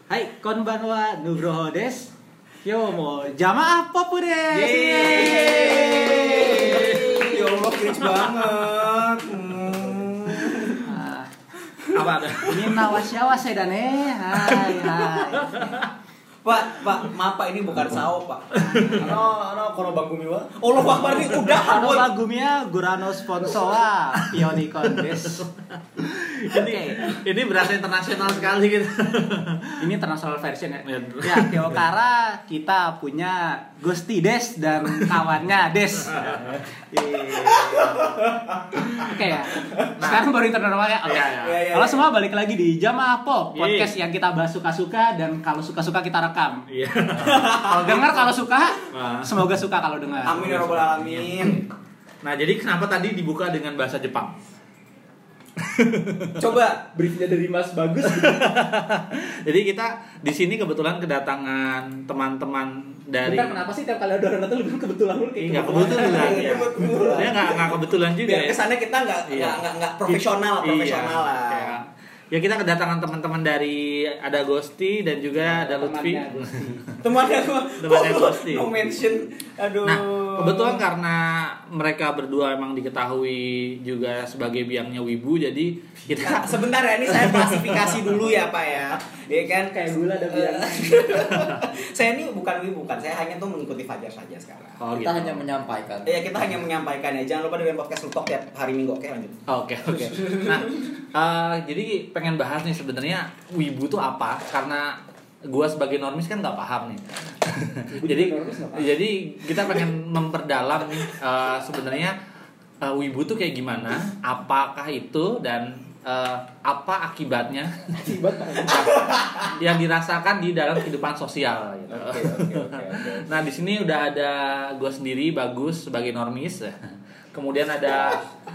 はい、こんばんは、Nugroho です。今日もジャマーポップです。 Ya Allah, cringe banget. Apa ada? Ini nawasya da ne. Hai. Pak, maaf Pak, ini bukan sao Pak. Kono bagumi wa. Allah Akbar nih udah. Kono bagumnya Gurano sponsor wa Pionicon des. Ini berasa internasional sekali gitu. Ini international version ya. Ya, Tiokara kita punya Gusti Des dan kawannya Des. Oke ya. Sekarang baru internasional ya. Oke. Kalau semua balik lagi di Jamaah Pop, podcast yang kita bahas suka-suka dan kalau suka-suka kita rekam. Iya. Kalau dengar kalau suka, semoga suka kalau dengar. Amin ya rabbal alamin. Nah, jadi kenapa tadi dibuka dengan bahasa Jepang? Coba briefnya dari Mas Bagus. Jadi kita di sini kebetulan kedatangan teman-teman dari. Bentar, kenapa sih tiap kali ada orang datang lu kebetulan lu kayak Nggak kebetulan. Dia nggak kebetulan juga. Biar kesannya kita nggak profesional lah. Ya kita kedatangan teman-teman dari ada Gosti dan juga ada Lutfi. Temannya Gosti. No mention. Aduh. Nah, kebetulan karena mereka berdua emang diketahui juga sebagai biangnya wibu, jadi kita sebentar ya, ini saya klasifikasi dulu ya Pak ya. Dia kan kayak gula ada biang. Saya ini bukan wibu kan, saya hanya tuh mengikuti Fajar saja sekarang. Oh, kita gitu. hanya menyampaikan. Iya, kita hanya menyampaikan ya. Jangan lupa dengerin podcast Lutok tiap hari Minggu. Oke, lanjut. Oke. Nah, jadi pengen bahas nih sebenarnya wibu tuh apa? Karena gua sebagai normis kan nggak paham nih. jadi kita pengen memperdalam nih sebenarnya wibu tuh kayak gimana? Apakah itu dan apa akibatnya? Yang dirasakan di dalam kehidupan sosial. Gitu. Oke. Nah, di sini udah ada gua sendiri Bagus sebagai normis. Kemudian ada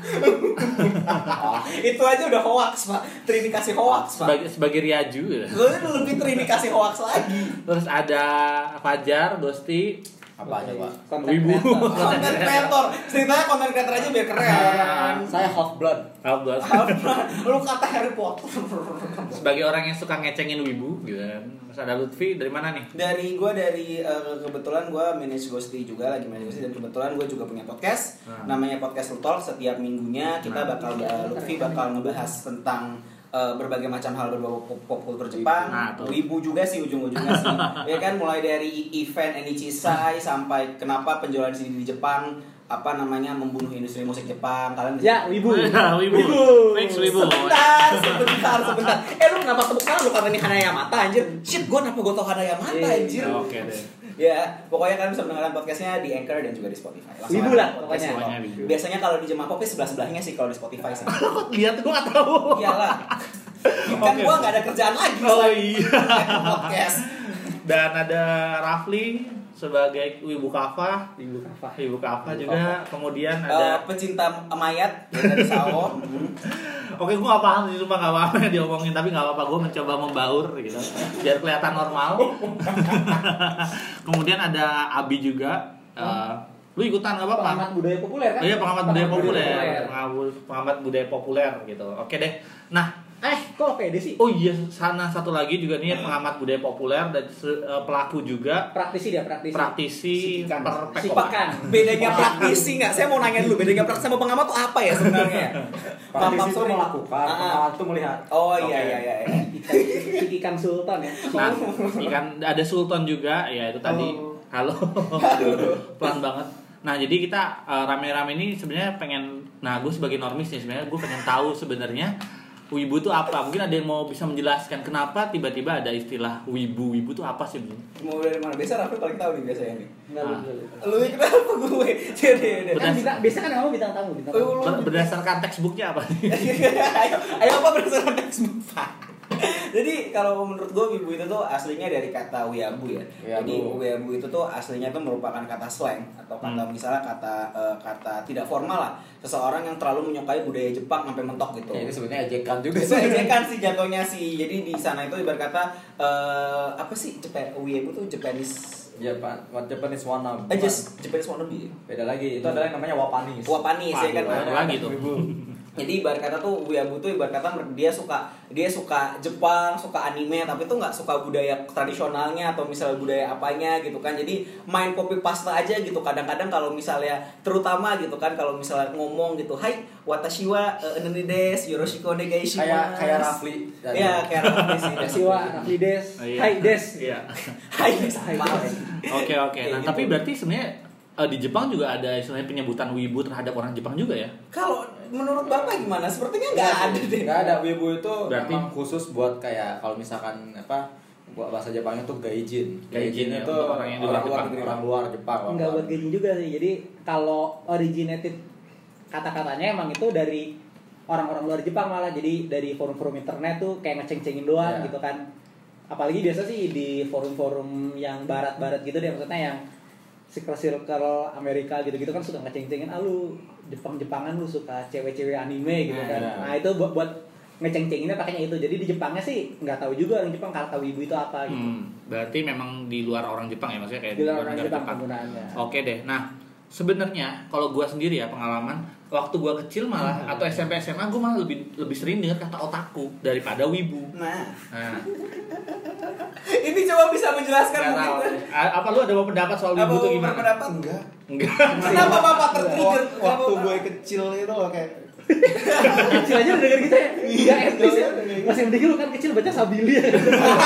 itu aja udah hoax Pak, terindikasi hoax Pak. sebagai Riaju. Lebih terindikasi hoax lagi. Terus ada Fajar, Gosti, Apa aja, Pak? wibu, Content creator, ceritanya content creator aja biar keren. Saya half blood. Lu kata Harry Potter. sebagai orang yang suka ngecengin wibu, gitu kan. Terus ada Lutfi dari mana nih? Dari kebetulan gue manage Ghosty juga, lagi manage Ghosty, dan kebetulan gue juga punya podcast namanya Podcast Lutok. Setiap minggunya kita bakal Lutfi bakal ngebahas tentang berbagai macam hal berbau pop kultur Jepang, wibu juga sih ujung-ujungnya sih. Ya kan, mulai dari event Enichishai sampai kenapa penjualan CD di Jepang membunuh industri musik Jepang. Kalian ya, wibu. Fix wibu. Sebentar. Lu kenapa tepuk tangan lu karena ini Hanayamata anjir? Shit, gua kenapa gua tau Hanayamata anjir? Oke deh. Ya, pokoknya kalian bisa mendengarkan podcastnya di Anchor dan juga di Spotify. Wibu lah pokoknya. Biasanya kalau di Jemaah Pop sebelah-sebelahnya sih kalau di Spotify sih. Lihat gua nggak tahu. Iyalah. Kan gua nggak ada kerjaan lagi. Oh iya. Podcast. Dan ada Rafli sebagai wibu kafa juga. Kemudian ada pecinta mayat dari Sao. Oke, gue gak paham sih, cuma gak paham yang diomongin. Tapi gak apa-apa, gue mencoba membaur gitu biar kelihatan normal. Kemudian ada Abi juga. Lu ikutan gak apa-apa? Pengamat budaya populer kan? Iya, pengamat budaya populer gitu. Oke deh. Nah, kok pede sih? oh iya, sana satu lagi juga nih pengamat budaya populer dan pelaku juga. Praktisi perpekoan. Bedanya praktisi nggak? Saya mau nanya dulu, bedanya praktisi sama pengamat tuh apa ya sebenarnya? Praktisi itu melakukan, pengamat itu melihat. Oh iya. Ikan sultan ya. Nah, ikan ada sultan juga, ya itu tadi. Halo. Pelan banget. Nah, jadi kita rame-rame ini sebenarnya pengen, gue sebagai normis nih sebenarnya gue pengen tahu sebenarnya wibu itu apa? Mungkin ada yang mau bisa menjelaskan kenapa tiba-tiba ada istilah wibu? Wibu itu apa sih? Mau dari mana? Biasa Rafi paling tahu nih biasanya nih. Lu kenapa gue? Jadi biasa kan kamu bintang tamu. Berdasarkan textbooknya apa? Ayo apa berdasarkan textbook Pak? Jadi kalau menurut gue wibu itu tuh aslinya dari kata weeaboo ya. Jadi weeaboo itu tuh aslinya tuh merupakan kata slang atau kata misalnya kata tidak formal lah. Seseorang yang terlalu menyukai budaya Jepang sampai mentok gitu. Ya, itu sebenarnya ejekan juga sih. Ejekan sih jatuhnya sih. Jadi di sana itu ibarat kata apa sih weeaboo tuh Japanese Japanese wannabe. Japanese wannabe. Beda lagi. Itu adalah yang namanya wapanis. Wapanis ya kan. Lagi tuh. Jadi ibarat kata tuh weeaboo tuh ibarat kata dia suka Jepang, suka anime, tapi tuh nggak suka budaya tradisionalnya atau misalnya budaya apanya gitu kan. Jadi main copy paste aja gitu. Kadang-kadang kalau misalnya terutama gitu kan kalau misalnya ngomong gitu, "Hai, watashi wa nani desu, yoroshiku onegaishimasu." Kayak Rafli. Iya, kayak Rafli sih. Watashi wa Rafli des. Hai des. Iya. Hai des. Oke. Nah, gitu. tapi berarti sebenarnya di Jepang juga ada istilahnya penyebutan wibu terhadap orang Jepang juga ya? Kalau menurut Bapak gimana? Sepertinya nggak ada deh. Nggak ada. Wibu itu berarti memang khusus buat kayak kalau misalkan buat bahasa Jepangnya tuh gaijin. Gaijin itu ya, orang yang di luar Jepang. Orang luar Jepang. Enggak buat gaijin juga sih. Jadi kalau originated kata-katanya emang itu dari orang-orang luar Jepang malah. Jadi dari forum-forum internet tuh kayak ngeceng-cengin doang gitu kan. Apalagi biasa sih di forum-forum yang barat-barat gitu deh, maksudnya yang circle Amerika gitu-gitu kan suka ngeceng-cengin, lu Jepang-Jepangan lu suka cewek-cewek anime gitu kan. Nah itu buat ngeceng-cenginnya pakainya itu. Jadi di Jepangnya sih nggak tahu juga orang Jepang kata wibu itu apa gitu. Berarti memang di luar orang Jepang ya, maksudnya kayak di luar negara Jepang penggunaannya. Oke deh. Nah, sebenarnya kalau gua sendiri ya pengalaman waktu gua kecil malah atau SMP SMA gua malah lebih sering dengar kata otaku daripada wibu. Nah. Ini Ini coba bisa menjelaskan mungkin. Apa lu ada mau pendapat soal wibu tuh gimana? Pendapat? Enggak. Kenapa Bapak tertrigger? Waktu gue kecil itu loh kayak Kecil aja udah denger gitu ya. Iya, etis ya. Masih mending lu kan kecil baca Sabili ya.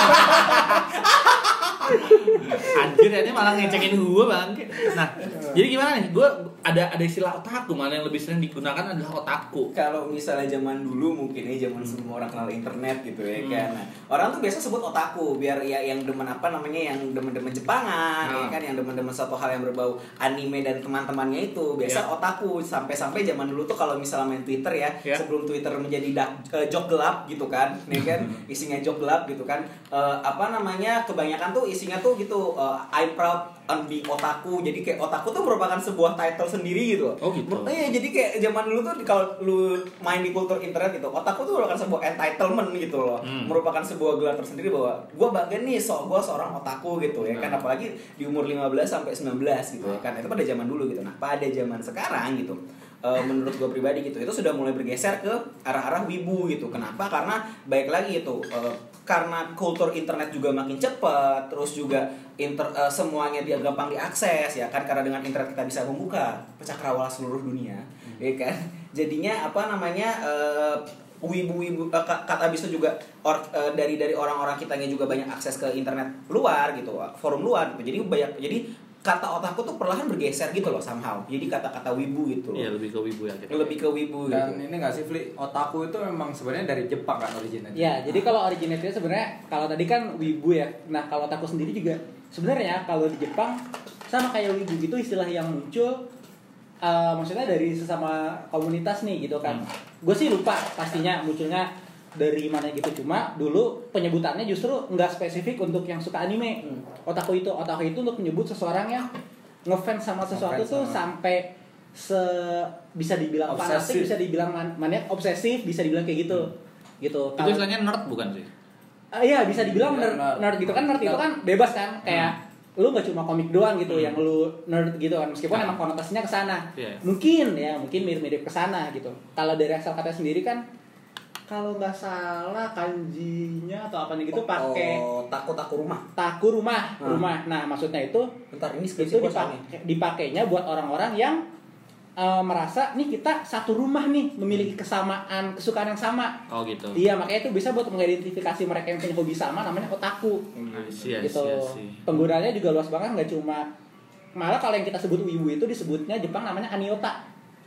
Anjir, ini malah ngecengin gue bangke. Nah, jadi gimana nih? Gue ada istilah otaku, mana yang lebih sering digunakan adalah otaku. Kalau misalnya zaman dulu mungkin ya zaman semua orang kenal internet gitu ya kan. Nah, orang tuh biasa sebut otaku biar ya yang demen apa namanya, yang demen-demen Jepangan ya kan, yang demen-demen satu hal yang berbau anime dan teman-temannya itu biasa otaku. Sampai zaman dulu tuh kalau misalnya main Twitter ya, sebelum Twitter menjadi jok gelap gitu kan, ya kan, isinya jok gelap gitu kan. Apa namanya, kebanyakan tuh isinya tuh gitu, I'm proud on being otaku. Jadi kayak otaku tuh merupakan sebuah title sendiri gitu. Oh gitu. Iya, jadi kayak zaman dulu tuh kalau lu main di kultur internet gitu, otaku tuh merupakan sebuah entitlement gitu loh. Merupakan sebuah gelar tersendiri bahwa gua bangga nih, gua seorang otaku gitu ya kan, apalagi di umur 15 sampai 19 gitu ya kan. Itu pada zaman dulu gitu. Nah, pada zaman sekarang gitu, menurut gue pribadi gitu, itu sudah mulai bergeser ke arah-arah wibu gitu. Kenapa? Karena baik lagi itu karena kultur internet juga makin cepat, terus juga semuanya dia gampang diakses ya kan, karena dengan internet kita bisa membuka cakrawala seluruh dunia ya kan. Jadinya apa namanya, wibu-wibu kata bisa juga dari orang-orang kitanya juga banyak akses ke internet luar gitu, forum luar gitu. Jadi kata otaku tuh perlahan bergeser gitu loh somehow. Jadi kata-kata wibu gitu loh. Iya, lebih ke wibu ya gitu. Lebih ke wibu gitu. Dan ini nggak sih, Fli, otaku itu memang sebenarnya dari Jepang kan originnya. Ya, jadi kalau originatnya sebenarnya kalau tadi kan wibu ya. Nah, kalau otaku sendiri juga sebenarnya kalau di Jepang sama kayak wibu gitu, istilah yang muncul maksudnya dari sesama komunitas nih gitu kan. Gue sih lupa pastinya munculnya dari mana gitu, cuma dulu penyebutannya justru nggak spesifik untuk yang suka anime. Otaku itu untuk menyebut seseorang yang ngefans sama sesuatu tuh sampai bisa dibilang fanatik, bisa dibilang maniak, obsesif, bisa dibilang kayak gitu. Gitu. Itu istilahnya nerd bukan sih? Iya, bisa dibilang nerd gitu kan. Nerd itu kan bebas kan, kayak lu gak cuma komik doang gitu yang lu nerd gitu kan, meskipun emang konotasinya ke sana. Mungkin mirip-mirip ke sana gitu. Kalau dari asal kata sendiri kan, kalau nggak salah kanjinya atau apa nih gitu pakai taku rumah. Taku rumah. Nah, maksudnya itu Bentar, ini itu dipakainya buat orang-orang yang merasa nih kita satu rumah nih, memiliki kesamaan, kesukaan yang sama. Oh gitu. Iya, makanya itu bisa buat mengidentifikasi mereka yang punya hobi sama, namanya otaku. Gitu. Penggunaannya juga luas banget, nggak cuma, malah kalau yang kita sebut wibu itu disebutnya Jepang namanya aniota.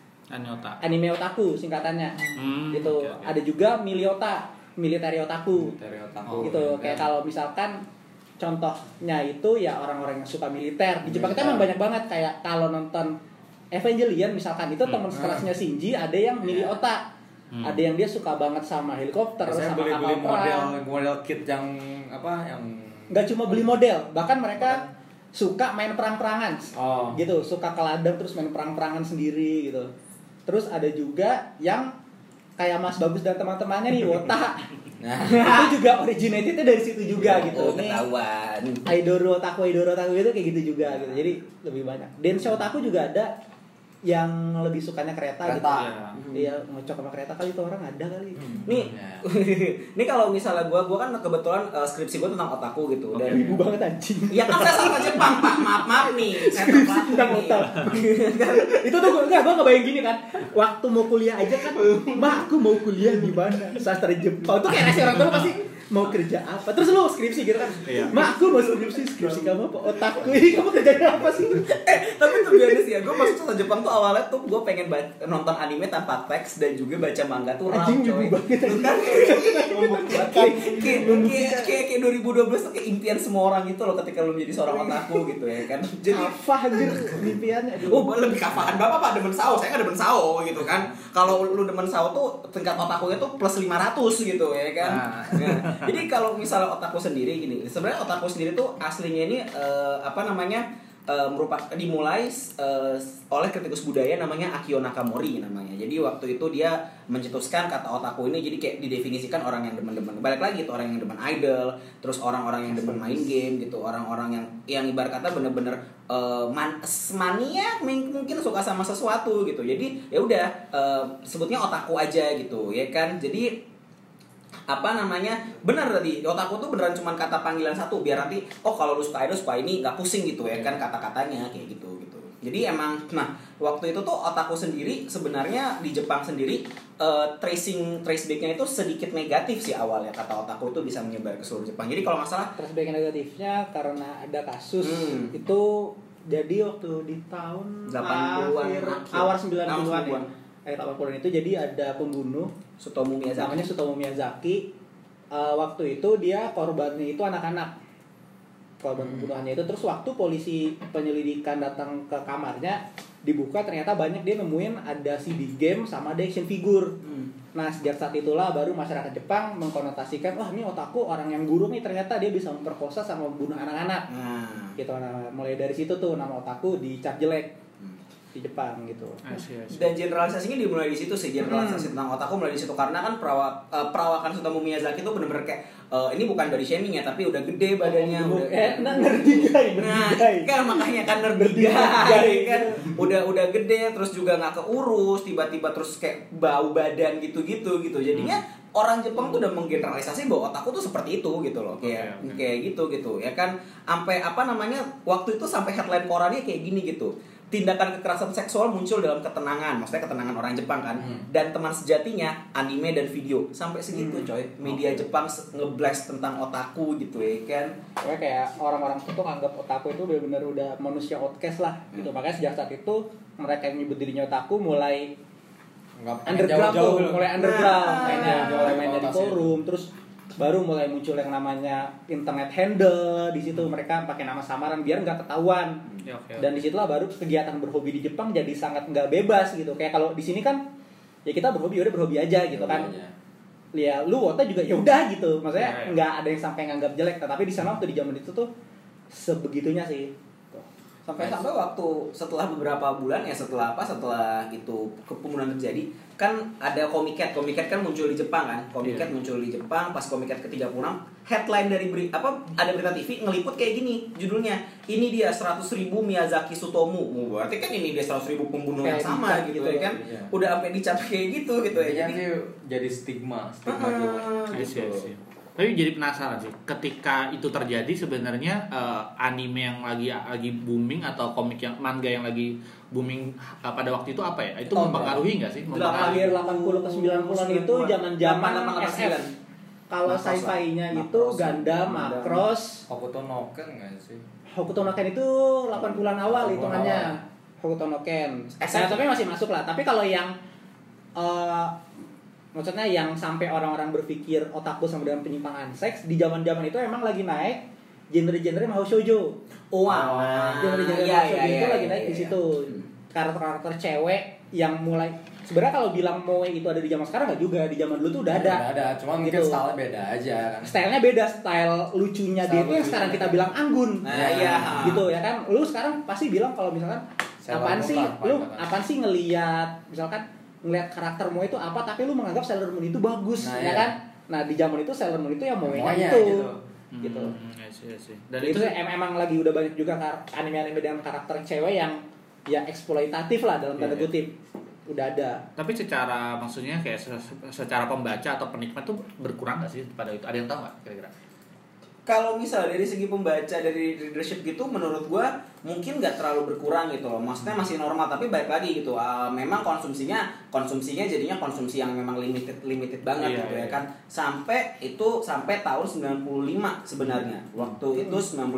Anime otaku singkatannya. Gitu. Okay. Ada juga miliota, military otaku. Gitu. Kayak kalau misalkan contohnya itu ya orang-orang yang suka militer. Di Jepang itu emang banyak banget, kayak kalau nonton Evangelion misalkan, itu teman sekelasnya Shinji ada yang miliota. Ada yang dia suka banget sama helikopter, sama kapal perang. Model kit yang apa, yang nggak cuma beli model, bahkan mereka suka main perang-perangan. Gitu, suka ke ladang terus main perang-perangan sendiri gitu. Terus ada juga yang kayak Mas Bagus dan teman-temannya nih, Wota. Nah, itu juga originatednya dari situ juga gitu. Ketahuan. Aidoro otaku gitu kayak gitu juga gitu. Jadi lebih banyak. Densho otaku juga ada. yang lebih sukanya kereta gitu. Iya, Hmm. ngocok sama kereta kali itu orang ada kali. Nih, ini kalau misalnya gue kan kebetulan skripsi gue tentang otaku gitu. Dan Ibu banget anjing. ya kan saya sama Jepang, Pak. Maaf nih. Saya Skripsi tentang nih. otak. Itu tuh gue ngebayang gini kan. Waktu mau kuliah aja kan, "Ma, aku mau kuliah di mana?" Sastra Jepang. Itu kayak nasi orang tua pasti mau kerja apa. Terus lu skripsi gitu kan. Iya. "Ma, aku mau skripsi kamu apa? Otaku." Ih, kamu kerjanya apa sih? Tapi tuh biasa ya, gue masuk sastra Jepang tuh awalnya tuh gue pengen nonton anime tanpa teks dan juga baca manga tuh raw, Anjing coy. wibu banget. Lu kan kayak 2012 tuh kayak impian semua orang gitu loh ketika lu menjadi seorang otaku gitu ya kan. Jadi Apa anjir mimpiannya? Aduh. oh, lebih kafahan. Bapak demen sao, saya nggak demen sao gitu kan. Kalau lu demen sao tuh tingkat otakunya tuh plus 500 gitu ya kan. Nah, jadi kalau misalnya otaku sendiri gini, sebenarnya otaku sendiri tuh aslinya ini merupakan dimulai oleh kritikus budaya namanya Akio Nakamori namanya. Jadi waktu itu dia mencetuskan kata otaku ini jadi kayak didefinisikan orang yang demen-demen. Balik lagi tuh orang yang demen idol, terus orang-orang yang demen main game gitu, orang-orang yang ibarat kata bener-bener mania mungkin suka sama sesuatu gitu. Jadi ya udah sebutnya otaku aja gitu ya kan. Jadi benar tadi otaku tuh beneran cuma kata panggilan satu biar nanti kalau lu suka idol suka ini nggak pusing gitu ya kan kata-katanya kayak gitu. Jadi emang waktu itu tuh otaku sendiri sebenarnya di Jepang sendiri trace back-nya itu sedikit negatif sih awalnya, kata otaku itu bisa menyebar ke seluruh Jepang. Jadi kalau nggak salah trace back negatifnya karena ada kasus itu jadi waktu di tahun 80-an awal 90-an ya. Akhir 80-an itu jadi ada pembunuh Tsutomu Miyazaki. namanya Tsutomu Miyazaki. Waktu itu dia korbannya itu anak-anak. Korban pembunuhannya itu, terus waktu polisi penyelidikan datang ke kamarnya dibuka ternyata banyak dia nemuin ada CD game sama ada action figure. Nah, sejak saat itulah baru masyarakat Jepang mengkonotasikan, wah ini otaku orang yang buruk nih, ternyata dia bisa memperkosa sama membunuh anak-anak. Gitu. Nah, mulai dari situ tuh nama otaku dicap jelek di Jepang gitu. Dan generalisasinya dimulai di situ sih, generalisasi tentang otaku mulai di situ karena kan perawakan Tsutomu Miyazaki itu benar-benar kayak ini bukan body shaming ya, tapi udah gede badannya, kan makanya kan nerdigai kan, udah gede terus juga nggak keurus, tiba-tiba terus kayak bau badan gitu-gitu jadinya orang Jepang tuh udah menggeneralisasi bahwa otaku tuh seperti itu gitu loh, kayak gitu ya kan, sampai waktu itu sampai headline korannya kayak gini gitu. Tindakan kekerasan seksual muncul dalam ketenangan, maksudnya ketenangan orang Jepang kan, dan teman sejatinya anime dan video, sampai segitu coy. Media Jepang ngeblast tentang otaku gitu ya kan. Kayak orang-orang itu tuh nganggap otaku itu benar-benar udah manusia outcast lah gitu. Makanya sejak saat itu mereka yang nyebut dirinya otaku mulai underground tuh, mulai underground, mulai main di forum, terus baru mulai muncul yang namanya internet handle. Di situ mereka pakai nama samaran biar nggak ketahuan. Dan disitulah baru kegiatan berhobi di Jepang jadi sangat nggak bebas gitu. Kayak kalau di sini kan ya kita berhobi aja gitu kan. Ya lu wota juga ya udah gitu. Maksudnya nggak ada yang sampai nganggap jelek. Tapi di sana waktu di zaman itu tuh sebegitunya sih. Sampai waktu setelah beberapa bulan ya setelah itu pembunuhan terjadi kan ada Comiket kan muncul di Jepang kan, muncul di Jepang pas Comiket ke-36 headline dari ada berita TV ngeliput kayak gini judulnya, ini dia 100.000 Miyazaki Tsutomu. Berarti kan ini dia 100.000 pembunuh yang sama gitu ya kan, udah sampai dicap kayak gitu ya. Jadi stigma gitu. Tapi jadi penasaran sih, ketika itu terjadi sebenarnya anime yang lagi booming atau manga yang lagi booming pada waktu itu apa ya? Itu mempengaruhi nggak sih? Akhir 80 ke 90-an itu zaman-zaman SF. Kalau sci-fi-nya itu Gundam, Macross, Hokuto no Ken nggak sih? Hokuto no Ken itu 80-an awal hitungannya. Hokuto no Ken. Tapi masih masuk lah. Tapi kalau yang maksudnya yang sampai orang-orang berpikir otaku sama dengan penyimpangan seks di zaman-zaman itu emang lagi naik genre-genre mahou shoujo. Genre-genre mahou shoujo itu lagi naik di situ. Karakter-karakter cewek yang mulai sebenarnya kalau bilang moe itu ada di zaman sekarang nggak juga, di zaman dulu tuh udah ada. Ada, cuma mungkin style beda aja kan. Stylenya beda, style lucunya dia itu yang sekarang kita bilang anggun. Gitu ya kan. Lu sekarang pasti bilang kalau misalkan apaan sih ngelihat misalkan ngelihat karakter Moe itu apa, tapi lu menganggap Sailor Moon itu bagus, ya kan? Nah di zaman itu Sailor Moon itu yang Moe-nya itu, gitu. Dan itu emang lagi udah banyak juga anime-anime dengan karakter cewek yang ya eksploitatif lah dalam tanda kutip. Udah ada. Tapi secara maksudnya kayak secara pembaca atau penikmat tuh berkurang nggak sih pada itu? Ada yang tahu nggak kira-kira? Kalau misalnya dari segi pembaca, dari readership gitu, menurut gua mungkin nggak terlalu berkurang gitu loh. Maksudnya masih normal, tapi balik lagi gitu. Memang konsumsinya jadinya konsumsi yang memang limited banget gitu ya kan. Sampai tahun 95 sebenarnya. Waktu itu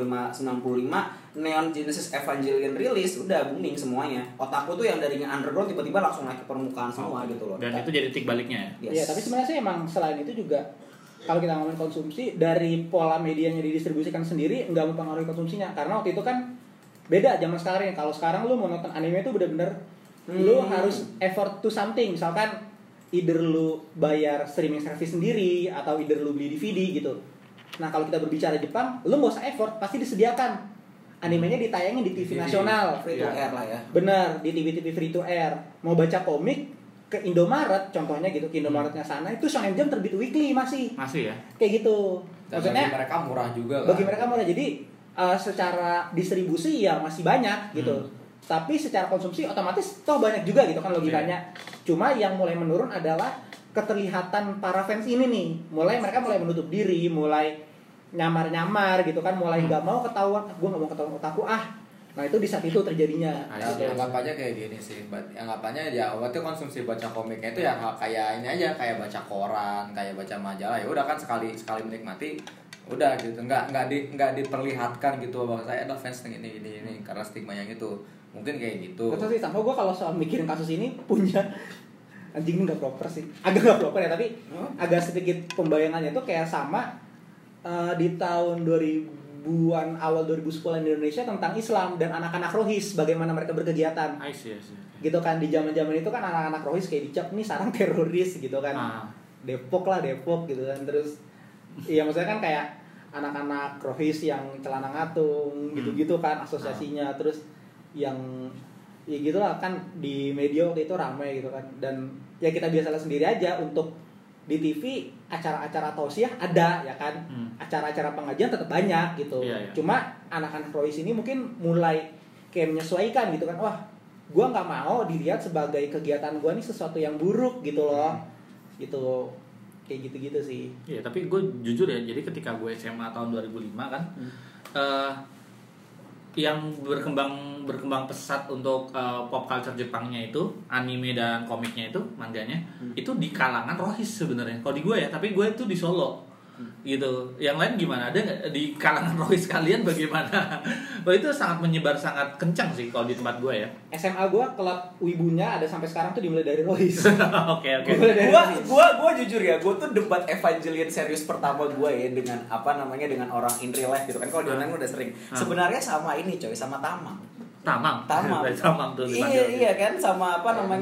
95 Neon Genesis Evangelion rilis, udah booming semuanya. Otaku tuh yang dari underground tiba-tiba langsung naik ke permukaan semua gitu loh. Dan itu jadi titik baliknya ya? Iya, tapi sebenarnya sih emang selain itu juga kalau kita ngomongin konsumsi, dari pola medianya didistribusikan sendiri nggak mempengaruhi konsumsinya. Karena waktu itu kan beda zaman sekarang ya. Kalau sekarang lu mau nonton anime itu bener-bener lu harus effort to something. Misalkan either lu bayar streaming service sendiri atau either lu beli DVD gitu. Nah kalau kita berbicara Jepang, lu nggak usah effort, pasti disediakan animenya ditayangin di TV nasional. Free to air lah ya. Bener, di TV-TV free to air. Mau baca komik ke Indomaret contohnya gitu, ke Indomaretnya sana itu Shonen Jump terbit weekly masih ya kayak gitu. Dan maksudnya bagi mereka murah juga kan? Bagi mereka murah, jadi secara distribusi ya masih banyak gitu. Tapi secara konsumsi otomatis toh banyak juga gitu kan logikanya. Cuma yang mulai menurun adalah keterlihatan para fans ini nih. Mereka mulai menutup diri, mulai nyamar-nyamar gitu kan, mulai nggak mau ketahuan, gue nggak mau ketahuan otaku Nah itu di saat itu terjadinya. Anggap aja kayak gini sih, anggapannya ya waktu konsumsi baca komiknya itu ya kayak ini aja, kayak baca koran, kayak baca majalah, ya udah kan sekali menikmati, udah gitu, nggak diperlihatkan gitu bahwa saya ada fans ini karena stigma yang itu, mungkin kayak gitu. Betul sih, sama gue kalau soal mikirin kasus ini punya anjing ini nggak proper sih, agak nggak proper ya, tapi agak sedikit pembayangannya tuh kayak sama di tahun 2000-an awal 2010 di Indonesia tentang Islam dan anak-anak Rohis, bagaimana mereka berkegiatan. I see. Gitu kan, di zaman-zaman itu kan anak-anak Rohis kayak dicap nih sarang teroris gitu kan. Depok gitu kan. Terus iya maksudnya kan kayak anak-anak Rohis yang celana ngatung gitu-gitu kan asosiasinya. Terus yang ya gitulah kan di media waktu itu ramai gitu kan. Dan ya kita biasa lihat sendiri aja, untuk di TV acara-acara tausiah ada ya kan, acara-acara pengajian tetap banyak gitu. Cuma anak-anak Rohis ini mungkin mulai kayak menyesuaikan gitu kan, wah gue nggak mau dilihat sebagai kegiatan gue nih sesuatu yang buruk gitu loh, gitu kayak gitu-gitu sih. Iya, tapi gue jujur ya, jadi ketika gue SMA tahun 2005 kan, yang berkembang pesat untuk pop culture Jepangnya itu, anime dan komiknya itu, manganya itu di kalangan Rohis sebenarnya. Kalau di gue ya, tapi gue itu di Solo gitu. Yang lain gimana? Ada nggak di kalangan Rohis kalian bagaimana? Wah itu sangat menyebar, sangat kencang sih kalau di tempat gue ya. SMA gue klub wibunya ada sampai sekarang tuh dimulai dari Rohis. Oke. Gua jujur ya, gua tuh debat Evangelion serius pertama gua ya dengan dengan orang in real life gitu kan. Kalau di online udah sering. Sebenarnya sama ini coy, sama Tamang. Tamang tuh iya kan, sama sama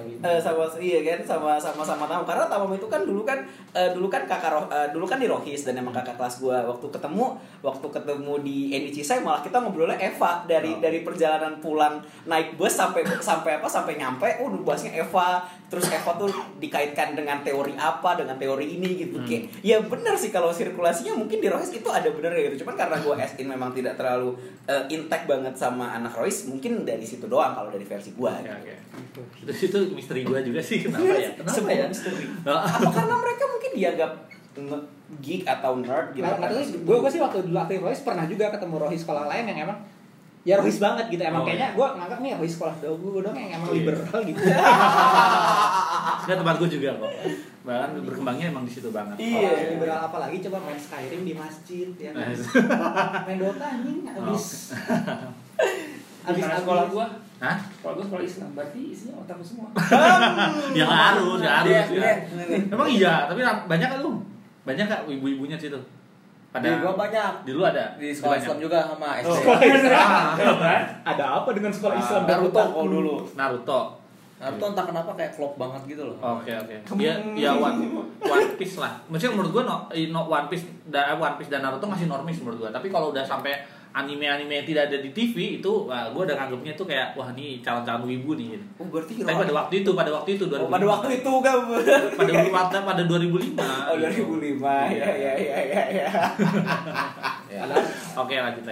Tamang, karena Tamang itu kan dulu kan di Rohis, dan emang kakak kelas gua. Waktu ketemu di NIC saya malah kita ngobrolnya Eva dari perjalanan pulang naik bus sampai nyampe bahasnya Eva. Terus Eva tuh dikaitkan dengan teori ini gitu. Kayak ya benar sih, kalau sirkulasinya mungkin di Rohis itu ada benernya gitu. Cuman karena gua as in memang tidak terlalu intact banget sama anak Rohis, mungkin dari situ doang kalau dari versi gua. Okay. Itu misteri gua juga sih, kenapa ya? Misteri. Apa karena mereka mungkin dianggap geek atau nerd gitu? Gue sih waktu dulu aktif Rohis pernah juga ketemu Rohis sekolah lain yang emang ya Rohis banget gitu. Emang kayaknya gue nganggap nih Rohis sekolah gue dong yang emang liberal gitu. Kan tempat gue juga kok. Bahkan berkembangnya emang di situ banget. Iya, liberal apalagi coba main Skyrim di masjid ya. Main Dota anjing habis sekolah gua. Hah? Kalau gua sekolah Islam, berarti isinya otakku semua. Ya harus. Emang iya, tapi banyak kan lu? Banyak kak ibu-ibunya situ? Di gua banyak. Di lu ada? Di sekolah Islam juga sama SD. Sekolah Islam. Ada apa dengan sekolah Islam? Naruto kalau dulu. Naruto entah kenapa kayak klop banget gitu loh. Oke. Ya One Piece lah. Maksudnya menurut gua One Piece dan Naruto masih normis menurut gua. Tapi kalau udah sampai anime-anime yang tidak ada di TV itu, gue udah nganggapnya tuh kayak wah ini calon-calon wibu nih gitu. Berarti tapi pada waktu itu 2005. Pada waktu itu kan pada 2005. Oh 2005. Ya. Ya. Oke, lanjut.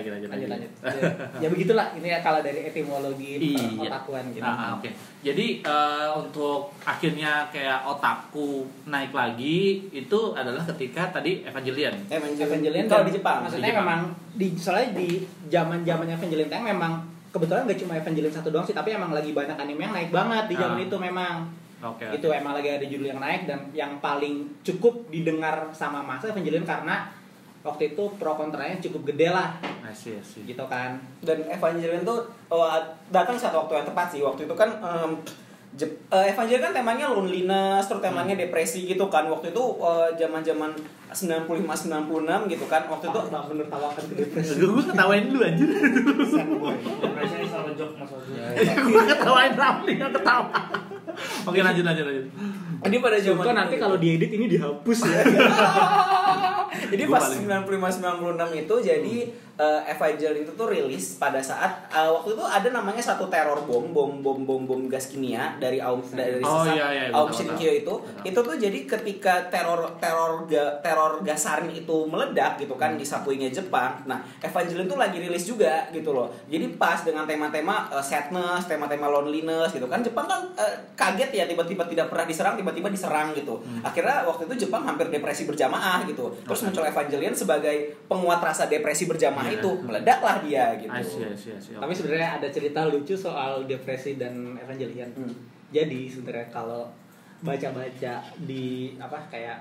Ya begitulah ini ya kalau dari etimologi Iya. otakuan gitu. Oke. Jadi untuk akhirnya kayak otaku naik lagi itu adalah ketika tadi Evangelion. Evangelion kalau di Jepang. Maksudnya memang soalnya di zaman-zamannya Evangelion Tank memang kebetulan nggak cuma Evangelion satu doang sih, tapi emang lagi banyak anime yang naik banget di zaman itu memang. Oke. Itu emang lagi ada judul yang naik dan yang paling cukup didengar sama masa Evangelion karena waktu itu pro kontranya cukup gede lah. Asih. Gitu kan. Dan Evangelion tuh datang satu waktu yang tepat sih. Waktu itu kan Evangelion kan temanya loneliness, terus temanya depresi gitu kan. Waktu itu zaman-zaman 95-96 gitu kan. Waktu itu bener tawakan ke depresi. Gue ketawain dulu anjir. Depresi ini selalu jok Mas Ojo. Gue ketawain Rafli nggak ketawa. Oke, lanjut. Ini pada zaman Contoh nanti kalau diedit ini dihapus ya. Jadi pas 95-96 itu jadi Evangelion itu tuh rilis pada saat waktu itu ada namanya satu teror bom gas kimia dari Aum Shinkyo itu tuh jadi ketika teror gasarin itu meledak gitu kan di subway-nya Jepang. Nah, Evangelion tuh lagi rilis juga gitu loh. Jadi pas dengan tema-tema sadness, tema-tema loneliness gitu kan. Jepang kan kaget ya tiba-tiba tidak pernah diserang, tiba-tiba diserang gitu. Akhirnya waktu itu Jepang hampir depresi berjamaah gitu. Terus muncul Evangelion sebagai penguat rasa depresi berjamaah itu, meledaklah dia gitu. Asyik. Tapi sebenarnya ada cerita lucu soal depresi dan Evangelion. Jadi sebenarnya kalau baca-baca di kayak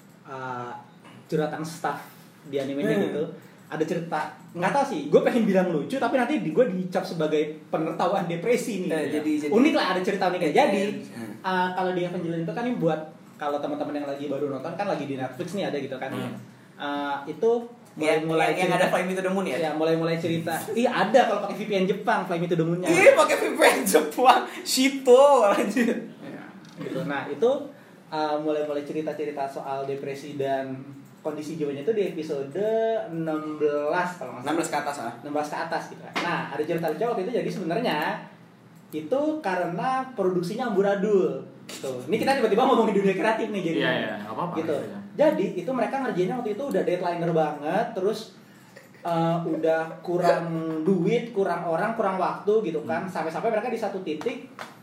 curhatan staff di animenya gitu, ada cerita, nggak tahu sih, gue pengen bilang lucu tapi nanti gue dicap sebagai penertawaan depresi nih. Jadi unik lah, ada cerita uniknya. Jadi kalau di Evangelion itu kan ini buat kalau teman-teman yang lagi baru nonton kan lagi di Netflix nih ada gitu kan. Itu mulai yang ada Fly Me to the Moon ya? Ya, mulai cerita. Iya, ada kalau pakai VPN Jepang, Fly Me to the Moon-nya. Iya, pakai VPN Jepang. Shito lanjut. Ya, gitu. Nah, itu mulai cerita-cerita soal depresi dan kondisi jiwanya itu di episode 16 kalau nggak salah. 16 ke atas 16 ke atas gitu. Nah, ada cerita lucu waktu itu jadi sebenarnya itu karena produksinya amburadul. Gitu. Ini kita tiba-tiba ngomongin dunia kreatif nih jadi. Iya, enggak apa-apa. Gitu. Jadi itu mereka ngerjainnya waktu itu udah deadlineer banget, terus udah kurang duit, kurang orang, kurang waktu gitu kan. Sampai-sampai mereka di satu titik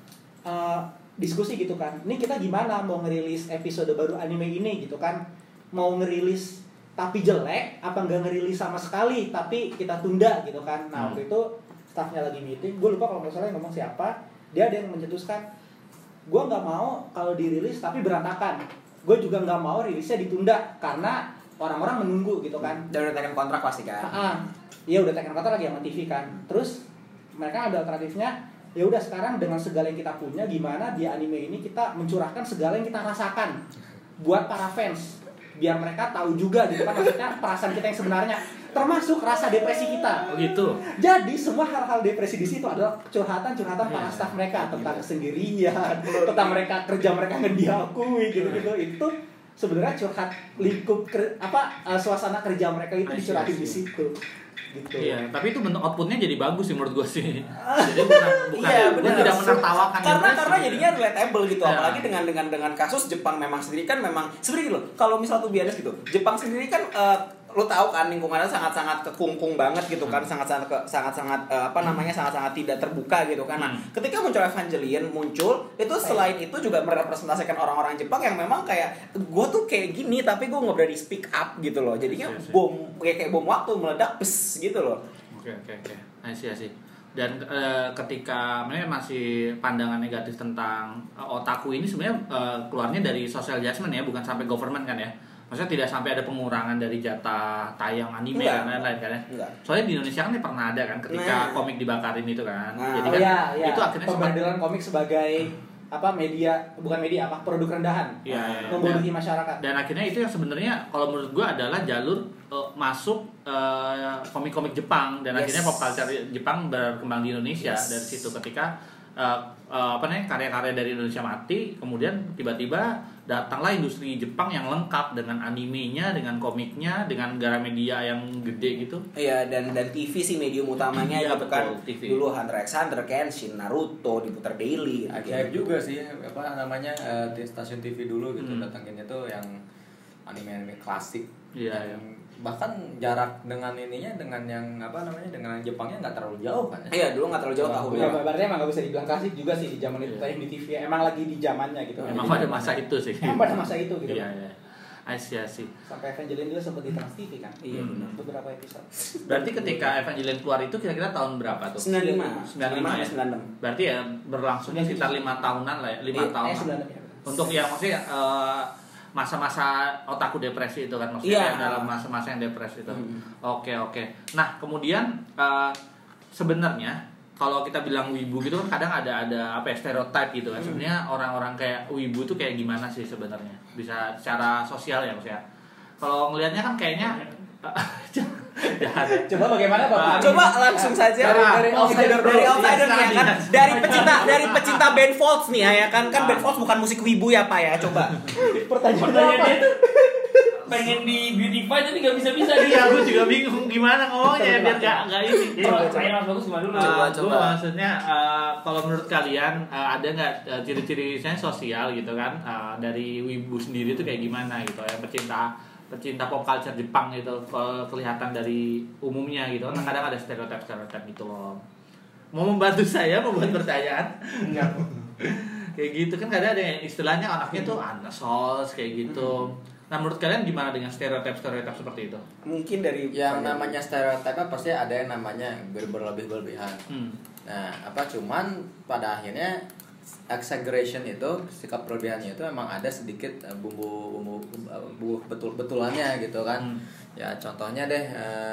diskusi gitu kan. Ini kita gimana mau ngerilis episode baru anime ini gitu kan. Mau ngerilis tapi jelek, apa nggak ngerilis sama sekali tapi kita tunda gitu kan. Nah waktu itu staffnya lagi meeting, gue lupa kalau nggak salah yang ngomong siapa. Dia ada yang mencetuskan, gue nggak mau kalau dirilis tapi berantakan. Gue juga nggak mau rilisnya ditunda karena orang-orang menunggu gitu kan. Dan udah tekan kontrak pasti kan? Iya udah tekan kontrak lagi sama TV kan. Terus mereka ada alternatifnya, ya udah sekarang dengan segala yang kita punya gimana di anime ini kita mencurahkan segala yang kita rasakan buat para fans biar mereka tahu juga gitu kan, maksudnya perasaan kita yang sebenarnya termasuk rasa depresi kita. Oh gitu. Jadi semua hal-hal depresi di situ adalah curhatan para staff mereka tentang kesendirian, tentang mereka kerja mereka nggak diakui gitu-gitu. Itu sebenarnya curhat lingkup suasana kerja mereka itu dicurhatin di situ. Gitu. Iya, tapi itu bentuk outputnya jadi bagus sih menurut gue sih. Jadi bukan tidak menertawakan karena jadinya relatable gitu. Apalagi dengan kasus Jepang memang sendiri kan memang sebenarnya gitu loh. Kalau misal tuh biasa gitu, Jepang sendiri kan lo tahu kan lingkungannya sangat-sangat kekungkung banget gitu kan, sangat-sangat tidak terbuka gitu kan. Nah, ketika muncul Evangelion itu selain itu juga merepresentasikan orang-orang Jepang yang memang kayak gue tuh kayak gini tapi gue nggak berani speak up gitu loh. Jadinya kayak bom waktu meledak pes gitu loh. Oke. Asih. Dan ketika masih pandangan negatif tentang otaku ini sebenarnya keluarnya dari social judgment ya, bukan sampai government kan ya. Maksudnya tidak sampai ada pengurangan dari jatah tayang anime dan lain-lain kan ya. Soalnya di Indonesia kan pernah ada kan ketika komik dibakarin itu kan. Jadi kan itu akhirnya pembedalan komik sebagai produk rendahan. Membodohi masyarakat. Dan akhirnya itu yang sebenarnya kalau menurut gua adalah jalur masuk komik-komik Jepang dan akhirnya pop culture Jepang berkembang di Indonesia dari situ ketika karya-karya dari Indonesia mati, kemudian tiba-tiba datanglah industri Jepang yang lengkap dengan animenya, dengan komiknya, dengan Gramedia yang gede gitu. Iya, dan TV sih medium utamanya gitu kan. TV. Dulu Hunter x Hunter, Kenshin, Naruto diputar daily. Ajaib juga sih di stasiun TV dulu gitu datanginnya tuh yang anime klasik. Iya. bahkan jarak dengan ininya dengan yang apa namanya dengan yang Jepangnya nggak terlalu jauh kan ya? Iya dulu nggak terlalu jauh tahunnya. Berarti emang nggak bisa dibilang klasik juga sih di zaman itu tayang di TV. Emang lagi di zamannya gitu. Emang pada masa itu sih. Emang pada masa itu gitu. Iya. I see. Sampai Evangelion juga sempat di Trans TV kan. Iya benar. Beberapa episode. Berarti ketika Evangelion keluar itu kira-kira tahun berapa tuh? 95 ya? 96. Berarti ya berlangsungnya sekitar 5 tahunan lah ya, 5 tahun. 96 ya. Untuk yang maksudnya masa-masa otaku depresi itu kan maksudnya Iya. dalam masa-masa yang depresi itu. Oke. Nah, kemudian sebenarnya kalau kita bilang wibu gitu kan kadang ada apa ya stereotip gitu kan. Sebenarnya orang-orang kayak wibu tuh kayak gimana sih sebenarnya? Bisa secara sosial ya maksudnya. Kalau ngelihatnya kan kayaknya Coba bagaimana Bapak? Coba langsung saja dari outsider ya kan. Dari pecinta band Folds nih ya kan band Folds bukan musik wibu ya Pak ya. Coba. Pertanyaannya dia tuh pengen di beautify tapi nggak bisa Iya, aku juga bingung gimana ngomongnya biar nggak ini. Saya Mas Bagus gimana dulu? Coba. Maksudnya kalau menurut kalian ada nggak ciri-ciri saya sosial gitu kan dari wibu sendiri itu kayak gimana gitu ya pecinta pop culture Jepang gitu kelihatan dari umumnya gitu kan kadang ada stereotip gitu loh. Mau membantu saya membuat pertanyaan? Enggak. Kayak gitu kan kadang ada yang istilahnya anaknya tuh anasos kayak gitu. Nah menurut kalian gimana dengan stereotip seperti itu? Mungkin dari Yang namanya stereotip pasti ada yang namanya berlebih-berlebihan. Nah, cuman pada akhirnya exaggeration itu sikap berlebihannya itu memang ada sedikit bumbu betulannya gitu kan. Ya contohnya deh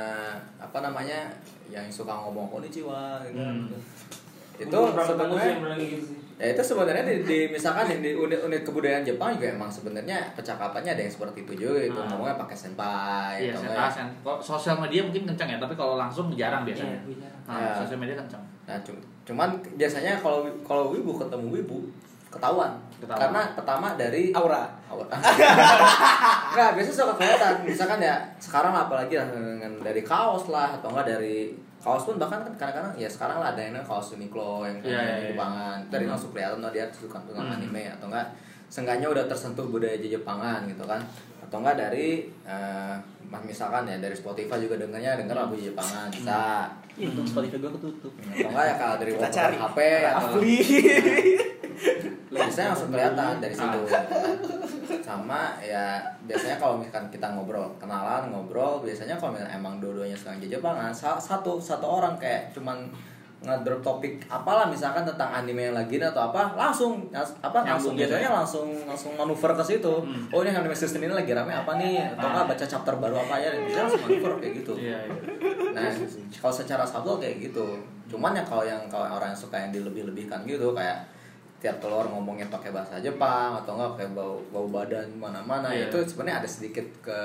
yang suka ngomong konnichiwa gitu. Itu sebenarnya misalkan di unit kebudayaan Jepang juga emang sebenarnya percakapannya ada yang seperti itu juga itu ngomongnya pakai senpai. Iya, sosial media mungkin kencang ya, tapi kalau langsung jarang biasanya. Sosial media kencang. Nah, cuman biasanya kalau wibu ketemu wibu ketahuan. Karena pertama dari aura. Enggak, biasa suka kelihatan. Misalkan ya sekarang apalagi lah dengan dari kaos lah atau enggak dari kaos pun bahkan kan kadang-kadang ya sekarang lah ada yang kaos Uniqlo yang Jepangan. Dari langsung kelihatan dia suka dengan anime atau enggak seenggaknya udah tersentuh budaya Jepangan gitu kan. Atau enggak dari misalkan ya dari Spotify juga denger lagu Jepangan bisa. Untuk Spotify gue ketutup. Atau enggak ya kalau dari HP atau biasanya langsung kelihatan dari situ. Sama ya biasanya kalau misalkan kita kenalan ngobrol biasanya kalau misalkan emang dua-duanya sedang Jepangan satu orang kayak cuman ngedrop topik apalah misalkan tentang anime yang lagi atau langsung biasanya langsung manuver ke situ. Oh ini anime season ini lagi rame apa nih atau enggak baca chapter baru apa ya biasanya langsung manuver kayak gitu. Nah kalau secara subtle kayak gitu. Cuman ya kalau orang yang suka yang dilebih-lebihkan gitu kayak tiap keluar ngomongnya pakai bahasa Jepang atau enggak pakai bau badan mana-mana itu sebenarnya ada sedikit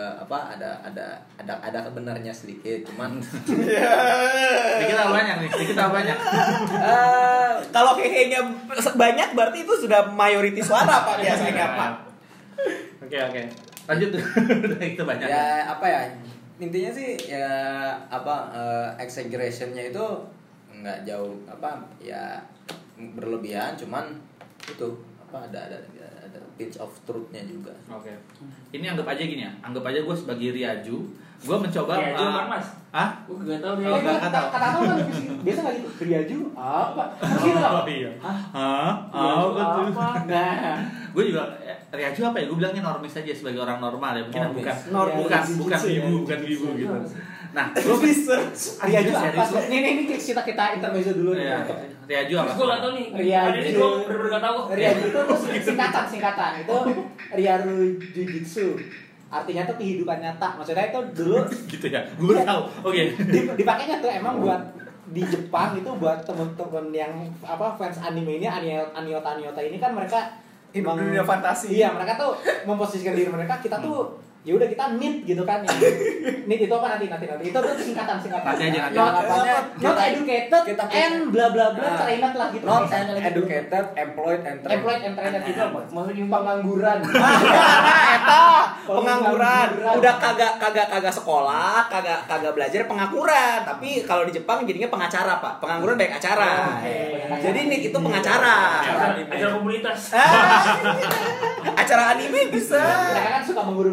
ada kebenarnya sedikit cuman sedikit apa banyak kalau hehe-nya banyak berarti itu sudah mayoriti suara Pak biasanya Pak. Oke lanjut itu banyak ya intinya sih ya exaggerationnya itu nggak jauh berlebihan cuman itu ada pinch of truth-nya juga. Oke. Ini anggap aja gini ya. Anggap aja gue sebagai Ryaju, gue mencoba Ryaju kan Mas? Gue enggak tahu dia. Enggak tahu. Kata kan biasa enggak gitu. Ryaju apa? Gitu loh. Iya. Betul. Nah, gue juga Ryaju apa ya? Gue bilangnya normis aja sebagai orang normal ya. Mungkin bukan wibu gitu. Nah, gue bisa Ryaju apa? Ini kita intermezzo dulu nih. Ryaju apa? Gue nggak tahu nih. Ryaju. Gue bener-bener nggak tahu. Ryaju itu singkatan. Itu Ryaru Jujutsu. Artinya tuh kehidupan nyata. Maksudnya itu dulu gitu ya. Gue tahu. Oke. Dipakainya tuh emang buat di Jepang itu buat temen-temen yang fans anime ini Aniota ini kan mereka hidup dunia fantasi. Iya, mereka tuh memposisikan diri mereka kita tuh ya udah kita NEET gitu kan ya. NEET itu apa nanti itu tuh singkatan nanti aja not educated and bla bla bla trained lah gitu not educated employed and trained itu apa maksudnya pengangguran pengangguran udah kagak sekolah kagak belajar pengangguran tapi kalau di Jepang jadinya pengacara Pak pengangguran baik acara jadi NEET itu pengacara acara komunitas acara anime bisa mereka kan suka mengurung diri gitu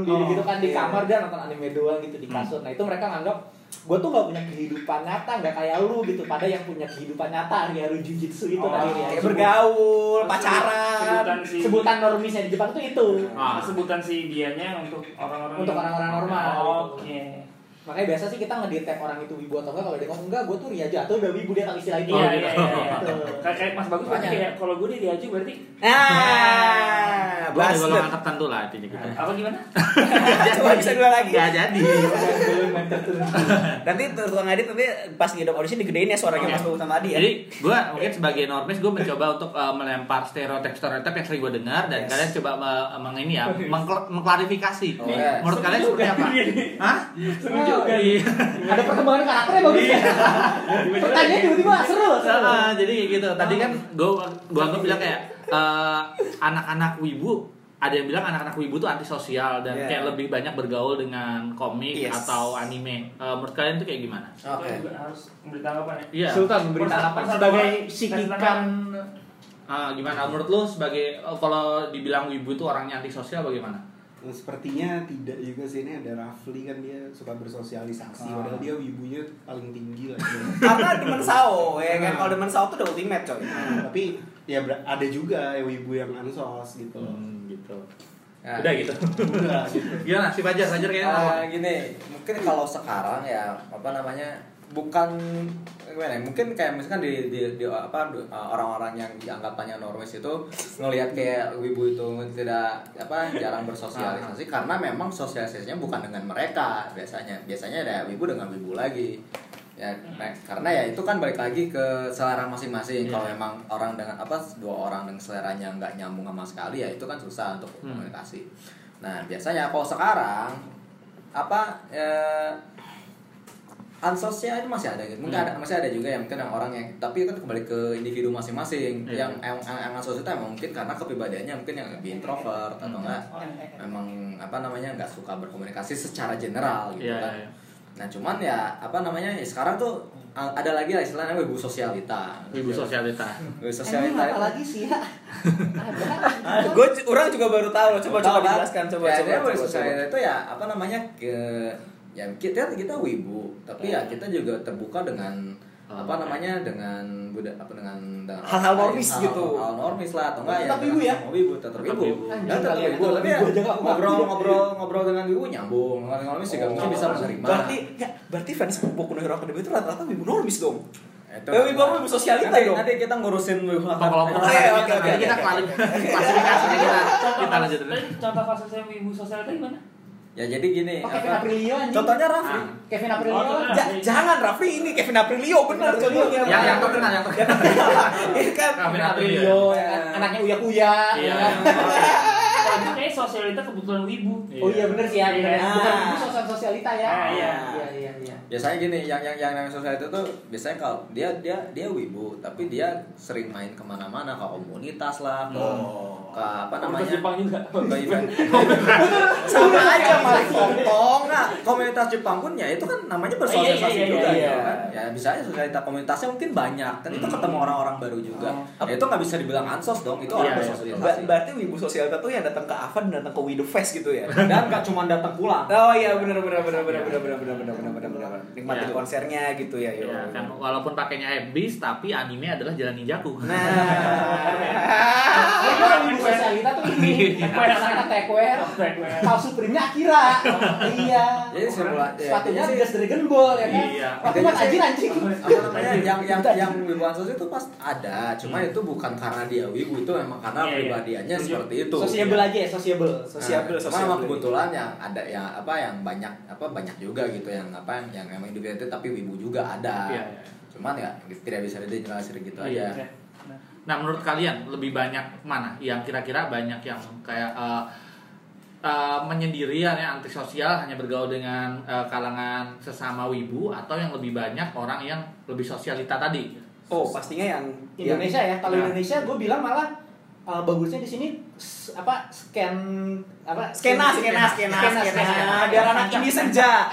gitu kan di kamar dia nonton anime doang gitu di kasur. Nah itu mereka nganggap gue tuh gak punya kehidupan nyata, gak kayak lu gitu. Pada yang punya kehidupan nyata, Ryaru Jujitsu itu tadi ya. Kayak bergaul, pacaran. Sebutan normisnya di Jepang tuh itu. Sebutan si dianya untuk orang-orang normal. Oke. Makanya biasa sih kita ngedetek orang itu wibu atau enggak. Kalau dia ngomong enggak, gue tuh Ryaja atau udah wibu, dia tak istilah itu. Iya. Kayak Mas Bagus berarti kayak kalau gue dia Ryaja berarti. Gue ada golongan tertentu lah artinya gitu. Apa gimana? Coba bisa dua lagi. Gak jadi. Nanti tukang edit nanti pas ngidop audition digedein ya suaranya Mas Bagus sama Adi ya. Jadi gue mungkin sebagai normis gue mencoba untuk melempar stereotip yang sering gue dengar dan kalian coba mengklarifikasi. Menurut kalian seperti apa? Hah? Seru juga. Ada perkembangan karakternya bagus ya. Pertanyaannya tiba-tiba seru. Jadi kayak gitu. Tadi kan gue bilang kayak anak-anak wibu, ada yang bilang anak-anak wibu tuh antisosial dan kayak lebih banyak bergaul dengan komik atau anime. Menurut kalian tuh kayak gimana? Oke. Harus memberi tanggapan ya. Iya. Sultan memberi tanggapan sebagai psikikan. Gimana menurut lu sebagai kalau dibilang wibu tuh orangnya antisosial bagaimana? Sepertinya tidak juga sih. Ini ada Rafli kan, dia suka bersosialisasi, padahal dia wibunya paling tinggi lah. Karena demen sao ya kan. Kalau demen sao tuh udah ultimate coy. Tapi ya ada juga ya wibu yang ansos gitu. Gitu. Nah, Udah gitu. Udah gitu. Gimana sih Fajar kayaknya? Gini, mungkin kalau sekarang ya bukan gimana? Mungkin kayak misalkan di orang-orang yang dianggapannya normis itu ngelihat kayak wibu itu jarang bersosialisasi karena memang sosialisasinya bukan dengan mereka biasanya ada wibu dengan wibu lagi ya, karena ya itu kan balik lagi ke selera masing-masing. Kalau memang orang dengan dua orang dengan seleranya nggak nyambung sama sekali ya itu kan susah untuk komunikasi. Nah biasanya kalau sekarang ansosnya itu masih ada gitu. Mungkin masih ada juga yang mungkin yang orang yang tapi kan kembali ke individu masing-masing. Yang ansos itu emang mungkin karena kepribadiannya mungkin yang lebih introvert atau enggak memang enggak suka berkomunikasi secara general gitu kan. Nah, cuman ya sekarang tuh ada lagi lah istilahnya wibu sosialita. Wibu sosialita Apa lagi sih ya? Orang juga baru tahu. Coba dijelaskan coba. Wibu sosialita itu ya ya kita wibu tapi ya kita juga terbuka dengan dengan hal-hal normis gitu. Hal normis lah atau enggak tetap wibu ya? Tetap wibu. Tetap wibu tapi ya ngobrol dengan wibu nyambung. Normis juga mungkin bisa menerima. Berarti fans Boku no Hero Academia itu rata-rata wibu normis dong. Wibu sosialita dong. Nanti kita ngurusin wibu kelompok. Oke. Kita klasifikasinya kita lanjutin. Contoh kasusnya wibu sosialita gimana? Ya jadi gini, Kevin Aprilio anjing. Contohnya Rafli. Kevin Aprilio. Jangan Rafli, ini Kevin Aprilio benar contohnya. Yang terkenal Ini kan Kevin Aprilio, anaknya Uya-Kuya. Iya. Kalau kayak sosialita kebetulan wibu. Oh iya benar sih ya. Bukan wibu sosialita ya. Iya. Biasanya gini, yang namanya sosialita tuh biasanya kalau dia wibu, tapi dia sering main kemana-mana ke komunitas lah, ke Jepang juga. Ke event. Sama aja malah kontong. Nah, komunitas Jepang pun ya itu kan namanya bersosialisasi juga kan. Ya bisa aja sosialita komunitasnya mungkin banyak. Kan itu ketemu orang-orang baru juga. Ya itu nggak bisa dibilang ansos dong, itu orang bersosialisasi. Berarti wibu sosialita tuh yang datang ke Avan dan datang ke Widow Fest gitu ya. Dan nggak cuma datang pulang. Oh iya benar. Nikmatin konsernya gitu ya. Kan walaupun pakainya habis tapi anime adalah Jalan Ninjaku. Itu wibu sosialita tuh ini. Anak tekwear. Kaos Supreme-nya Akira. Iya. Jadi sepatunya Gas Dragon Ball ya kan. Iya. Waktu buat anjing. yang wibu ansos itu pas ada, cuma itu bukan karena dia wibu, itu memang karena pribadiannya seperti itu. Sociable aja ya, sociable. Sama kebetulan yang ada yang banyak juga gitu yang memang individu tapi wibu juga ada. Cuman ya tidak bisa dijelaskan gitu aja. Nah, menurut kalian lebih banyak mana? Yang kira-kira banyak yang kayak menyendirian ya, antisosial, hanya bergaul dengan kalangan sesama wibu, atau yang lebih banyak orang yang lebih sosialita tadi? Oh, pastinya yang Indonesia ya. Kalau Indonesia gue bilang malah bagusnya di sini skena biar anak ini senja.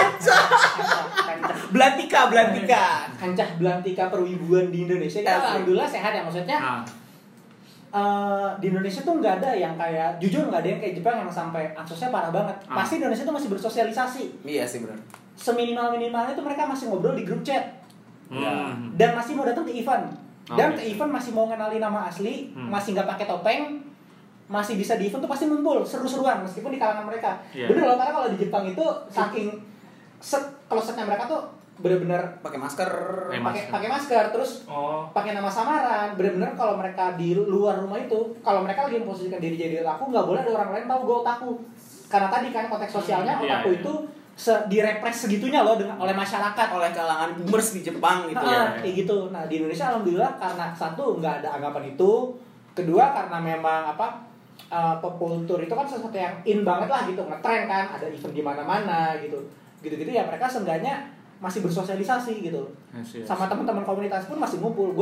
Belantika. Kancah belantika perwibuan di Indonesia kita alhamdulillah sehat ya, maksudnya. di Indonesia tuh nggak ada yang kayak, jujur nggak ada yang kayak Jepang yang sampai ansosnya parah banget. Pasti Indonesia tuh masih bersosialisasi. Iya sih benar. Seminimal-minimalnya tuh mereka masih ngobrol di grup chat. Dan masih mau datang ke event. Dan ke event masih mau ngenali nama asli, masih nggak pakai topeng, masih bisa di event tuh pasti ngumpul seru-seruan meskipun di kalangan mereka. Bener loh, karena kalau di Jepang itu saking klosetnya mereka tuh bener-bener pakai masker, pakai masker, terus pakai nama samaran. Bener-bener kalau mereka di luar rumah itu, kalau mereka lagi memposisikan diri jadi otaku, nggak boleh ada orang lain tahu gue otaku. Karena tadi kan konteks sosialnya otaku itu direpres segitunya loh oleh masyarakat, oleh kalangan boomers di Jepang gitu ya. Kayak gitu. Nah di Indonesia alhamdulillah karena satu nggak ada anggapan itu, kedua karena memang pop culture itu kan sesuatu yang in banget lah gitu, ngetren kan, ada event di mana-mana gitu ya, mereka seenggaknya masih bersosialisasi gitu. Sama teman-teman komunitas pun masih ngumpul.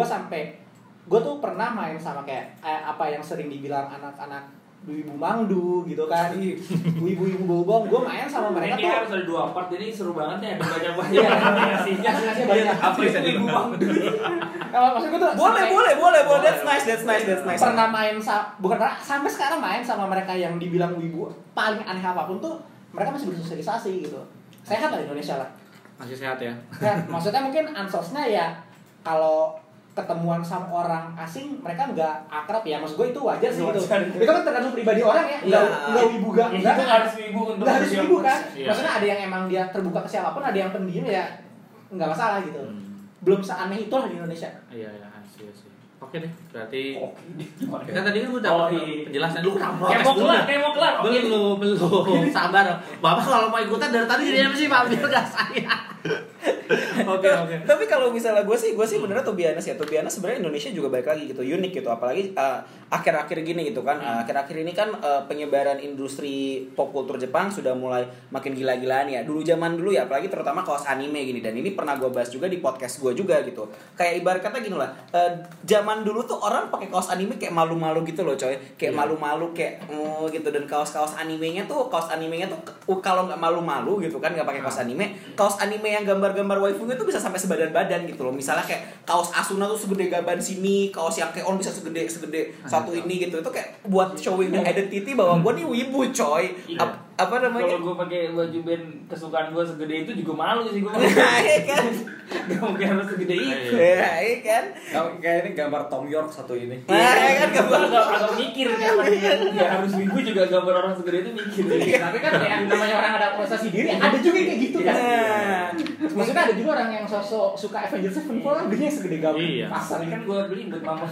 Gue tuh pernah main sama kayak apa yang sering dibilang anak-anak ibu mangdu gitu kan, ibu-ibu bobong. Gue main sama mereka ini tuh. Harus ada 2 part, jadi seru banget ya, ada banyak-banyak ngasihnya banyak. Apa itu ibu mangdu? Maksud gue tuh boleh. That's nice. Pernah main sampai sekarang main sama mereka yang dibilang ibu paling aneh apapun tuh, mereka masih bersosialisasi gitu. Sehat lah Indonesia lah. Masih sehat ya. Maksudnya mungkin ansosnya ya kalau ketemuan sama orang asing mereka nggak akrab ya, maksud gue itu wajar sih gitu. Itu kan tergantung pribadi orang ya, nggak wibu nggak harus wibu untuk harus wibu kan. Maksudnya ada yang emang dia terbuka ke siapapun, ada yang pendiam ya nggak masalah gitu. Belum seaneh itulah di Indonesia. Iya sih. Oke deh, berarti kan tadi kan udah penjelasan lu kayak mau kelar. Belum. Sabar. Bapak kalau mau ikutan dari tadi jadi apa sih Pak? Biar gak saya. Oke. Tapi kalau misalnya gue sih benernya to be honest sebenarnya Indonesia juga balik lagi gitu, unik gitu, apalagi akhir-akhir gini gitu kan. Akhir-akhir ini kan penyebaran industri pop culture Jepang sudah mulai makin gila-gilaan ya. Zaman dulu ya, apalagi terutama kaos anime gini, dan ini pernah gue bahas juga di podcast gue juga gitu. Kayak ibarat kata gini lah, zaman dulu tuh orang pakai kaos anime kayak malu-malu gitu loh coy, kayak malu-malu kayak gitu. Dan kaos animenya tuh kalau nggak malu-malu gitu kan, nggak pakai kaos anime yang gambar-gambar waifunya tuh bisa sampai sebadan badan gitu loh. Misalnya kayak kaos Asuna tuh segede gaban sini, kaos yang Keon bisa segede satu ini gitu. Itu kayak buat showing the identity bahwa gue nih wibu coy. Apa namanya? Kalau gue pakai baju band kesukaan gue segede itu juga malu sih gue. Iya kan? Gak mungkin harus segede itu. Iya kan? Kayak ini gambar Tom York satu ini. Iya kan, gambar agak mikir kan, ya harus wibu juga gambar orang segede itu mikir. Tapi kan yang namanya orang ada apresiasi diri, ada juga yang kayak gitu kan. Maksudnya ada juga orang yang sosok suka Avengers Sevenfold, dia segede gaban. Pasar kan gue beli buat mama.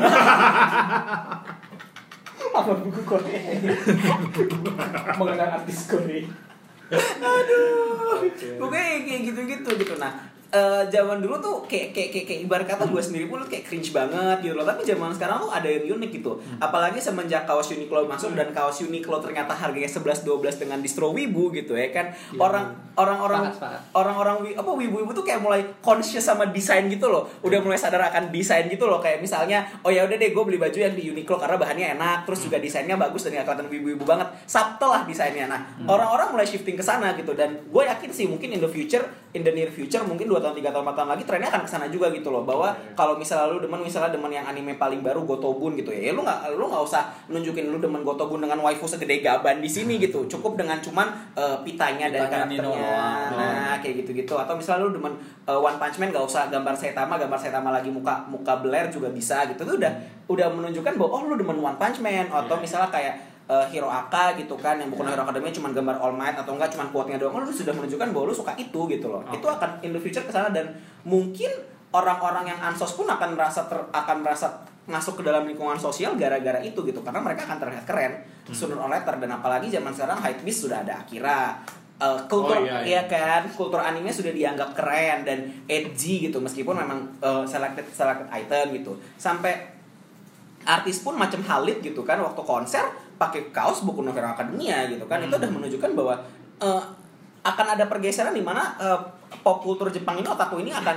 Apa buku Korea mengenal artis Korea. Aduh. Pokoknya kayak gitu. Nah, zaman dulu tuh kayak ibarat kata gue sendiri pun kayak cringe banget gitu loh. Tapi zaman sekarang tuh ada yang unik gitu. Apalagi semenjak kaos Uniqlo masuk dan kaos Uniqlo ternyata harganya 11-12 dengan distro wibu gitu ya kan. Orang-orang wibu-wibu tuh kayak mulai conscious sama desain gitu loh. Udah mulai sadar akan desain gitu loh. Kayak misalnya, oh ya udah deh gue beli baju yang di Uniqlo karena bahannya enak, terus juga desainnya bagus dan gak kelihatan wibu-wibu banget. Subtle lah desainnya. Nah, orang-orang mulai shifting ke sana gitu, dan gue yakin sih mungkin in the near future mungkin 2 tahun 3 tahun 4 tahun lagi trennya akan kesana juga gitu loh, bahwa kalau misalnya lu demen yang anime paling baru Gotobun gitu ya lu nggak usah nunjukin lu demen Gotobun dengan waifu segede gaban di sini gitu, cukup dengan cuman pitanya dan karakternya. Nah kayak gitu atau misalnya lu demen One Punch Man, nggak usah gambar Saitama lagi muka beler juga bisa gitu. Itu udah menunjukkan bahwa oh lu demen One Punch Man, atau misalnya kayak Hero Aka gitu kan, yang bukan Hero Academia cuma gambar All Might atau enggak cuma quote-nya doang, lu sudah menunjukkan bahwa lu suka itu gitu loh. Itu akan in the future kesana, dan mungkin orang-orang yang ansos pun akan merasa masuk ke dalam lingkungan sosial gara-gara itu gitu, karena mereka akan terlihat keren sooner or later. Dan apalagi zaman sekarang hypebeast sudah ada Akira, kultur ya kan, kultur anime sudah dianggap keren dan edgy gitu, meskipun memang selected item gitu. Sampai artis pun macam Halid gitu kan, waktu konser pakai kaos Boku no Hero Academia gitu kan. Itu udah menunjukkan bahwa akan ada pergeseran di mana pop kultur Jepang ini, otaku ini akan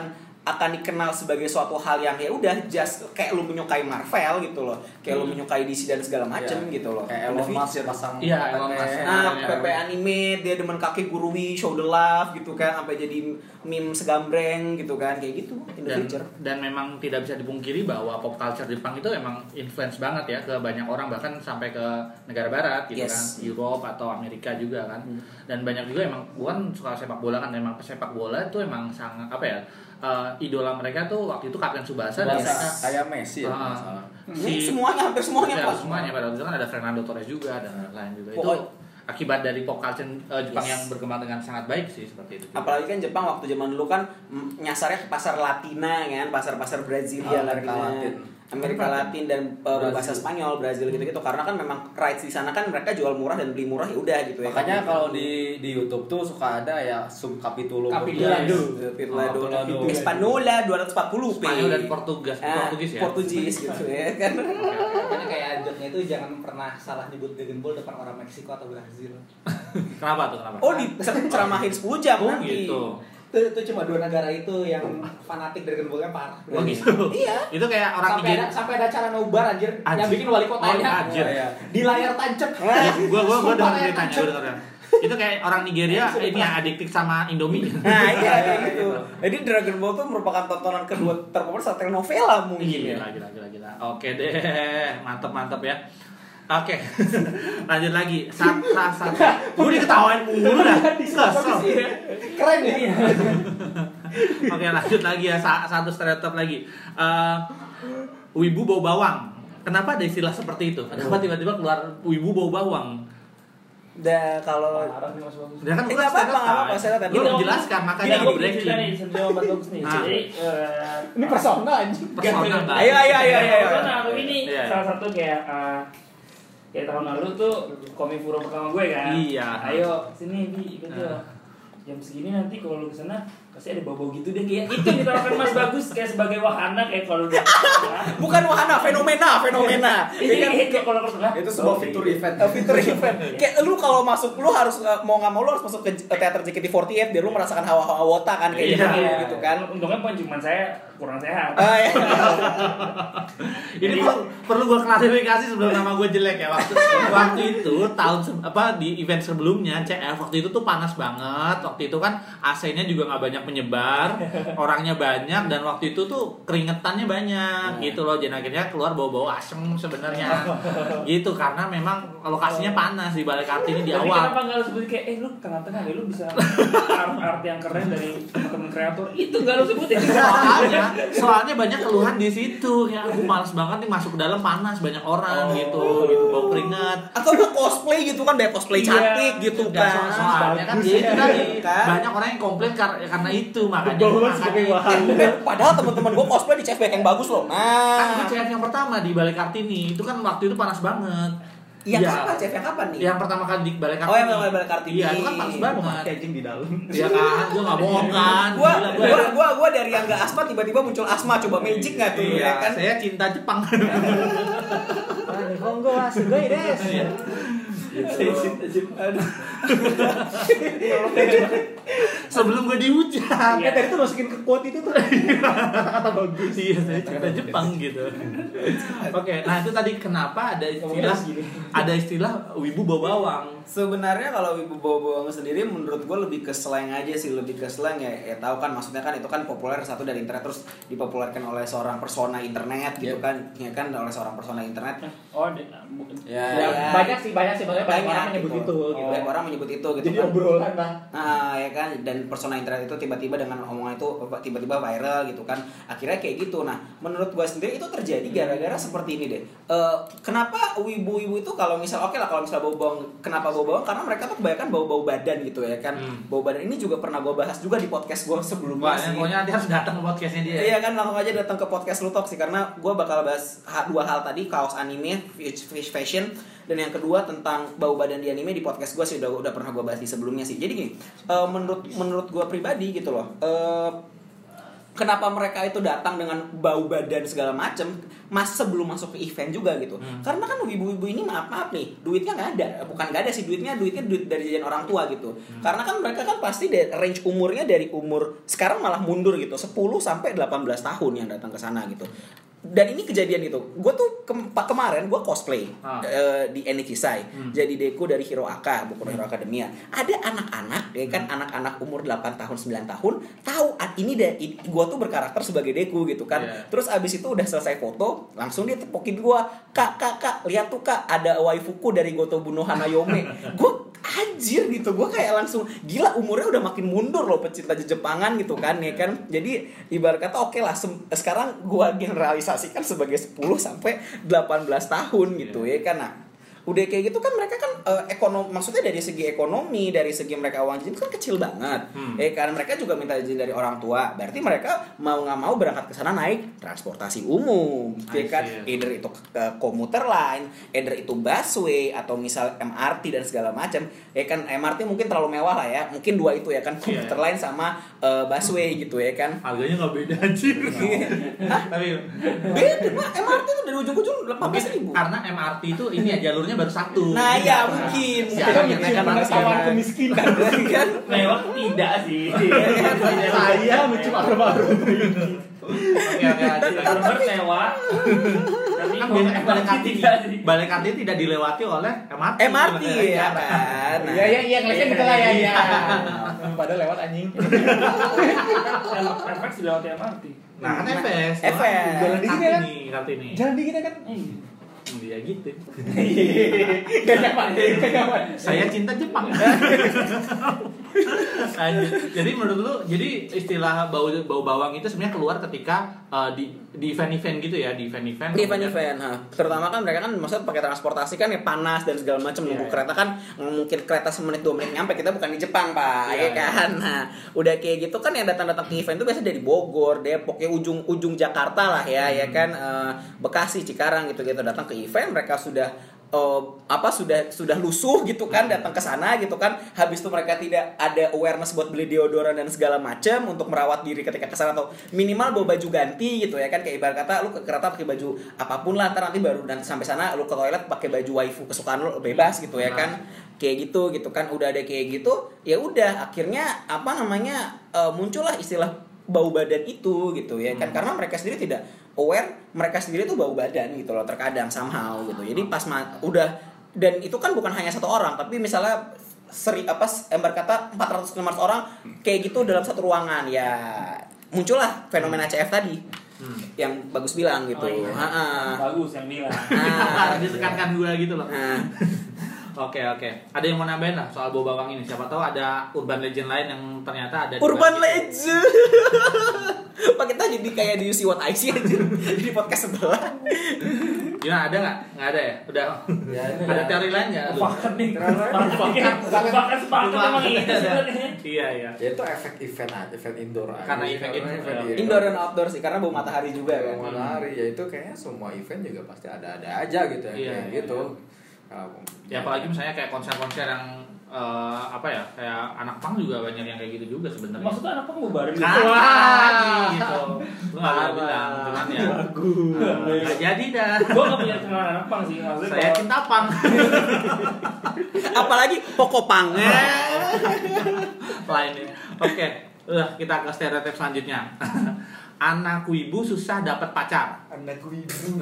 akan dikenal sebagai suatu hal yang ya udah just kayak lu menyukai Marvel gitu loh, kayak lu menyukai DC dan segala macem gitu loh. Kayak Elon Musk pasang Elon Musk. PP anime, dia demen kaki gurui, show the love gitu kan, sampai jadi meme segambreng gitu kan, kayak gitu in the future. Dan memang tidak bisa dipungkiri bahwa pop culture Jepang itu emang influence banget ya ke banyak orang, bahkan sampai ke negara barat gitu kan, Europe atau Amerika juga kan. Dan banyak juga emang bukan suka sepak bola kan, emang pesepak bola itu emang sangat apa ya, idola mereka tuh waktu itu Kapten Tsubasa dan mereka kayak Messi ya Semuanya hampir semuanya ya, semuanya pada waktu itu kan ada Fernando Torres juga, ada lain juga. Itu akibat dari pop culture Jepang yang berkembang dengan sangat baik sih seperti itu. Apalagi kan Jepang waktu zaman dulu kan nyasarnya ke pasar Latina kan, pasar-pasar Brasilia, Amerika Latin dan bahasa Spanyol, Brazil gitu-gitu, karena kan memang rights di sana kan mereka jual murah dan beli murah ya udah gitu ya. Makanya kalau di YouTube tuh suka ada ya subkapitulo Espanola 240p. Spanyol dan Portugis ya. Portugis gitu ya kan. Makanya kayak joknya itu jangan pernah salah nyebut Dragon Ball depan orang Meksiko atau Brazil. Kenapa? Oh, diceramahin 10 jam nanti. Gitu. Itu cuma 2 negara itu yang fanatik Dragon Ball-nya parah. Oh gitu. Iya. Itu kayak orang sampai ada acara nobar anjir. Yang bikin wali kotanya. Di layar tancap. Gua udah ceritanya bener-bener. Itu kayak orang Nigeria ini yang adiktif sama Indomie. Nah, iya kayak gitu. Jadi Dragon Ball itu merupakan tontonan kedua terpopuler setelah telenovela mungkin. Gila. Oke deh, mantep ya. Oke, lanjut lagi. Gue diketawain mulu dah. Keren ya. Oke, lanjut lagi ya. Satu stereotip lagi. Wibu bau bawang. Kenapa ada istilah seperti itu? Kenapa tiba-tiba keluar wibu bau bawang? Kalau dia kan bukan apa-apa, saya tadi lu menjelaskan makanya gue breaking. cerita nih sebelum bagus nih. Jadi ini persona anjing. Persona. Ayo. Aku ini salah satu kayak tahun lalu tuh komifuro pertama gue kan. Iya. Ayo sini Bi ikut ya. Jam segini nanti kalau lu kesana pasti ada bau-bau gitu deh, kayak itu yang ditawarkan Mas Bagus kayak sebagai wahana, kayak kalau udah bukan wahana, fenomena. Itu kalau kesana itu sebuah fitur event. Kayak lu kalau masuk, lu harus mau nggak mau lu harus masuk ke teater JKT48 biar lu merasakan hawa-hawa wota kan kayak gitu kan. Untungnya poin cuma saya kurang sehat. Ini perlu gue klarifikasi sebelum nama gue jelek ya. Waktu itu di event sebelumnya CF waktu itu tuh panas banget. Waktu itu kan AC-nya juga nggak banyak menyebar, orangnya banyak, dan waktu itu tuh keringetannya banyak gitu loh. Jadi akhirnya keluar bau-bau asem sebenarnya gitu, karena memang lokasinya panas di Balai Kartini di awal. Tapi kenapa nggak lu sebut kayak lu tengah-tengah deh, lu bisa art yang keren dari teman-teman kreator itu nggak lu sebutin? Soalnya banyak keluhan di situ, ya aku malas banget nih masuk ke dalam, panas, banyak orang gitu bau keringat. Atau lu cosplay gitu kan, banyak cosplay cantik gitu kan. Soalnya kan gitu tadi banyak orang yang komplain karena itu, makanya padahal teman-teman gue cosplay di CFB yang bagus loh. Kan itu CF yang pertama di Balai Kartini itu kan waktu itu panas banget. Iya, CF yang kapan nih? Yang pertama kali di Balai Kartini. Oh, yang Balai Kartini. Iya, itu kan panas banget. Anjing di dalam. Iya kan, gue nggak bohong kan. Gua dari yang nggak asma tiba-tiba muncul asma, coba magic nggak tuh? Iya kan? Saya cinta Jepang. Nihongo wa sugoi desu. Sebelum gue dihujat. Tadi tuh masukin ke quote itu tuh. Kata bagus. Iya, saya cinta Jepang gitu. Oke, nah itu tadi kenapa ada istilah wibu bau bawang. Sebenarnya kalau wibu bau bawang sendiri menurut gue lebih ke slang aja sih, lebih ke slang ya tahu kan, maksudnya kan itu kan populer satu dari internet, terus dipopulerkan oleh seorang persona internet gitu kan, ya kan, oleh seorang persona internet. Banyak sih banyak orang menyebut itu gitu. Banyak orang menyebut itu gitu. Jadi obrolan lah. Nah, ya kan, dan persona internet itu tiba-tiba dengan omongan itu tiba-tiba viral gitu kan. Akhirnya kayak gitu. Nah, menurut gue sendiri itu terjadi gara-gara seperti ini deh. Kenapa wibu-wibu itu kalau misal kalau misal bau bawang, kenapa bau bawang? Karena mereka tuh kebanyakan bau-bau badan gitu ya kan. Bau badan ini juga pernah gue bahas juga di podcast gue sebelumnya sih. Pokoknya nanti harus datang ke podcastnya dia. Iya kan, langsung aja datang ke podcast Lu Talk sih, karena gue bakal bahas dua hal tadi, kaos anime, fish fashion, dan yang kedua tentang bau badan di anime di podcast gue sih udah pernah gue bahas di sebelumnya sih. Jadi gini, menurut gue pribadi gitu loh, kenapa mereka itu datang dengan bau badan segala macem sebelum masuk ke event juga gitu. Karena kan ibu-ibu ini maaf nih, duitnya nggak ada, bukan nggak ada sih, duit dari jajan orang tua gitu. Karena kan mereka kan pasti range umurnya dari umur sekarang malah mundur gitu, 10 sampai 18 tahun yang datang ke sana gitu. Dan ini kejadian itu, gue tuh kemarin gue cosplay di Enikisai, jadi Deku dari Hero Aka, bukan Hero Academia. Ada anak-anak, ya kan, anak-anak umur 8 tahun, 9 tahun, tahu ini gue tuh berkarakter sebagai Deku gitu kan. Terus abis itu udah selesai foto, langsung dia tepokin gue, kak, lihat tuh kak, ada waifuku dari Gotobu no Hanayome. Gue anjir gitu, gue kayak langsung gila, umurnya udah makin mundur loh pecinta Jepangan gitu kan, ya kan. Jadi ibarat kata oke lah, sekarang gue generalisasikan sebagai 10 sampai 18 tahun gitu ya kan. Nah, udah kayak gitu kan mereka kan maksudnya dari segi ekonomi, dari segi mereka uang jajan kan kecil banget. Karena mereka juga minta izin dari orang tua. Berarti mereka mau nggak mau berangkat ke sana naik transportasi umum, ya kan? Either itu ke komuter line, either itu busway atau misal MRT dan segala macam. Ya kan, MRT mungkin terlalu mewah lah ya. Mungkin dua itu ya kan, komuter line sama busway gitu ya kan. Harganya nggak beda anjir. Tapi beda, MRT itu dari ujung-ujung 18.000. Karena MRT itu ini ya jalurnya baru satu. Nah ya mungkin pengetahuan kemiskinan kan. Mewah tidak sih. Saya mencoba baru. Nomor mewah. Tapi Balai Kartini tidak dilewati oleh MRT. MRT ya kan. Iya ngeliatnya gitu lah ya. Pada lewat anjing. Efek sudah lewat MRT. Nah, kan FS. Jalan dikit kan? Kartini. Jalan dikit kan? Dia gitu. Gak nyaman. Saya cinta Jepang. Jadi menurut lu, jadi istilah bau bawang itu sebenarnya keluar ketika di event-event gitu ya, di event-event. Di event-event, terutama kan mereka kan maksudnya pakai transportasi kan ya panas dan segala macam, nunggu kereta kan mungkin kereta semenit 2 menit nyampe, kita bukan di Jepang pak, ya kan. Nah udah kayak gitu kan yang datang-datang ke event itu biasanya dari Bogor, Depok, ya ujung Jakarta lah ya, ya kan, Bekasi, Cikarang gitu-gitu datang ke event, mereka sudah sudah lusuh gitu kan, datang ke sana gitu kan. Habis itu mereka tidak ada awareness buat beli deodoran dan segala macam untuk merawat diri ketika ke sana, atau minimal bawa baju ganti gitu ya kan. Kayak ibarat kata lu ke kereta pakai baju apapun lah, nanti baru sampai sana lu ke toilet pakai baju waifu kesukaan lu, bebas gitu ya kan. Kayak gitu kan, udah ada kayak gitu, ya udah akhirnya muncullah istilah bau badan itu gitu ya kan, karena mereka sendiri tidak aware, mereka sendiri tuh bau badan gitu loh terkadang somehow gitu. Jadi pas udah, dan itu kan bukan hanya satu orang, tapi misalnya berkata 400-500 orang kayak gitu dalam satu ruangan, ya muncullah fenomena CF tadi yang bagus bilang gitu. Bagus yang bilang. Ditekankan gue gitu loh. Oke. Ada yang mau nambahin lah soal bau bawang ini? Siapa tahu ada urban legend lain yang ternyata ada. Urban legend. Pak kita jadi kayak di UC What I See aja di podcast sebelah. Gimana, ada nggak? Nggak ada ya? Udah. Ya, ada teori lain nggak? Fakat nih. Fakat emang ini sebenarnya. Iya. Ya itu efek event aja, event indoor aja. Karena event indoor dan outdoor sih, karena bau matahari juga kan. Bau matahari, ya itu kayaknya semua event juga pasti ada aja gitu ya, kayak gitu. Ya apalagi misalnya kayak konser-konser yang kayak anak pang juga banyak yang kayak gitu juga sebenarnya. Maksudnya anak pang bubarin gitu. Gitu. Lu enggak bilang, cuman ya. Enggak jadi dah. Gua enggak punya kenalan anak pang sih, maksudnya. Saya cinta pang. Apalagi pokopangnya. Lainnya. Oke, kita ke stereotip selanjutnya. Anak wibu susah dapat pacar. Anak wibu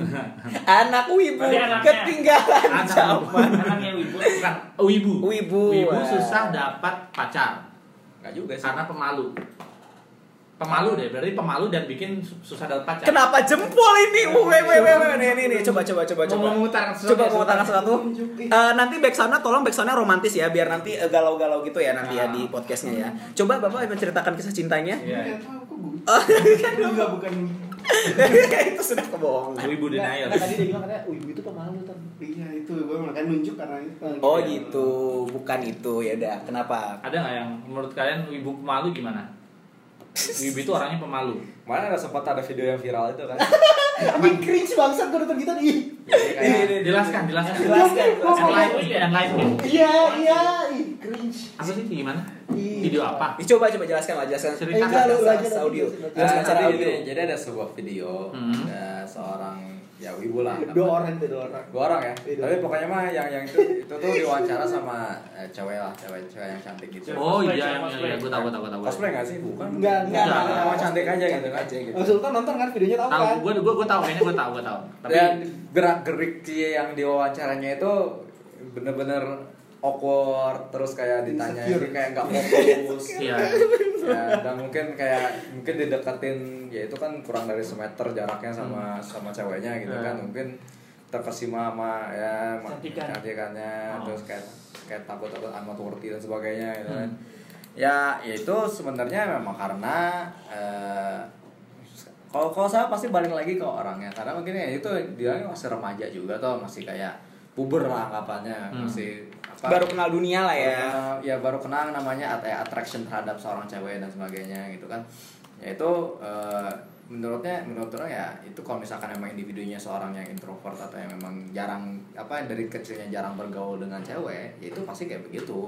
ketinggalan zaman. Anaknya wibu. Bukan wibu susah dapat pacar. Enggak juga sih. Karena pemalu deh, berarti pemalu dan bikin susah dapat pacar. Kenapa jempol ini? Nih, coba. Mengutarakan sesuatu. Nanti tolong backsoundnya romantis ya, biar nanti galau-galau gitu ya nanti ya di podcastnya ya. Coba Bapak menceritakan kisah cintanya. Iya. Enggak, bukan. Itu sudah kebohongan. Wibu denial. Tadi dia bilang katanya wibu itu pemalu kan. Iya itu gue makan nunjuk karena itu. Oh gitu, bukan itu ya udah. Kenapa? Ada nggak yang menurut kalian wibu pemalu gimana? Wibu itu orangnya pemalu. Mana sempat ada video yang viral itu kan? Ini cringe banget gue nonton kita nih. Jelaskan. Jelaskan. Yang lain. Iya, cringe. Apa sih gimana? Video apa? Coba jelaskan Cerita audio. Jadi ada sebuah video ada seorang ya wibu lah. Dua orang. Dua orang ya. Tapi pokoknya mah yang itu tuh diwawancara sama cewek yang cantik gitu. Oh iya, gue tahu. Cosplay nggak sih? Bukan. Enggak. Sama cantik aja gitu kan. Sultan nonton kan videonya tahu kan? Gue tahu, kayaknya gue tahu. Tapi Dan gerak-gerik dia yang diwawancaranya itu bener-bener awkward, terus kayak ditanya ini kayak nggak fokus. Iya. Ya, dan mungkin dideketin, ya itu kan kurang dari semeter jaraknya sama ceweknya gitu kan, mungkin terkesima sama ya cantikannya, terus kayak takut amat worthy dan sebagainya gitu kan. Ya itu sebenarnya memang karena kalau saya pasti balik lagi ke orangnya, karena mungkin ya itu dia masih remaja juga tuh, masih kayak puber lah anggapannya, masih baru kenal dunia lah ya. Ya baru kenal namanya attraction terhadap seorang cewek dan sebagainya gitu kan. Ya itu menurut orang ya itu kalau misalkan emang individunya seorang yang introvert atau yang memang jarang dari kecilnya jarang bergaul dengan cewek, ya itu pasti kayak begitu.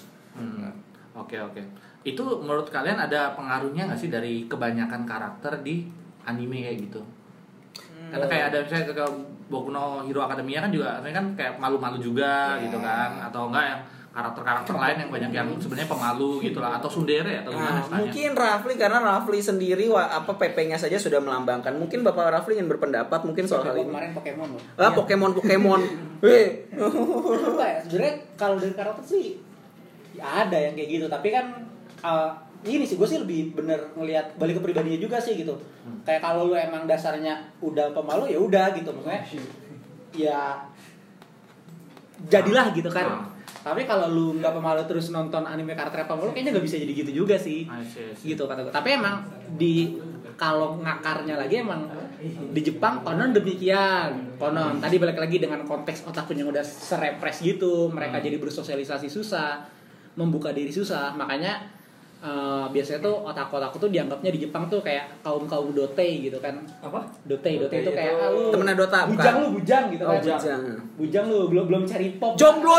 Oke. Itu menurut kalian ada pengaruhnya nggak sih dari kebanyakan karakter di anime kayak gitu? Karena kayak ada misalnya ke Boku no Hero Academia kan juga sebenarnya kan kayak malu-malu juga gitu kan, atau enggak yang karakter-karakter lain yang banyak yang sebenarnya pemalu gitu lah, atau tsundere atau gimana istilahnya. Mungkin Rafli, karena Rafli sendiri PP-nya saja sudah melambangkan. Mungkin Bapak Rafli ingin berpendapat mungkin soal hal ini. Kemarin Pokemon loh. Pokemon. Apa ya? Sebenarnya kalau dari karakter sih ya ada yang kayak gitu, tapi kan ini sih gue sih lebih bener ngelihat balik ke pribadinya juga sih gitu. Kayak kalau lu emang dasarnya udah pemalu ya udah gitu, maksudnya ya jadilah gitu kan. Tapi kalau lu nggak pemalu terus nonton anime karakter pemalu, kayaknya nggak bisa jadi gitu juga sih. Gitu kata gue. Tapi emang kalau ngakarnya lagi emang di Jepang konon demikian. Konon tadi balik lagi dengan konteks otakunya udah serepres gitu, mereka jadi bersosialisasi susah, membuka diri susah, makanya biasanya tuh otaku tuh dianggapnya di Jepang tuh kayak kaum dotei gitu kan. Apa? Dotei itu kayak lu temennya Dota bujang gitu kan. Bujang lu belum cari pop. Jomblo.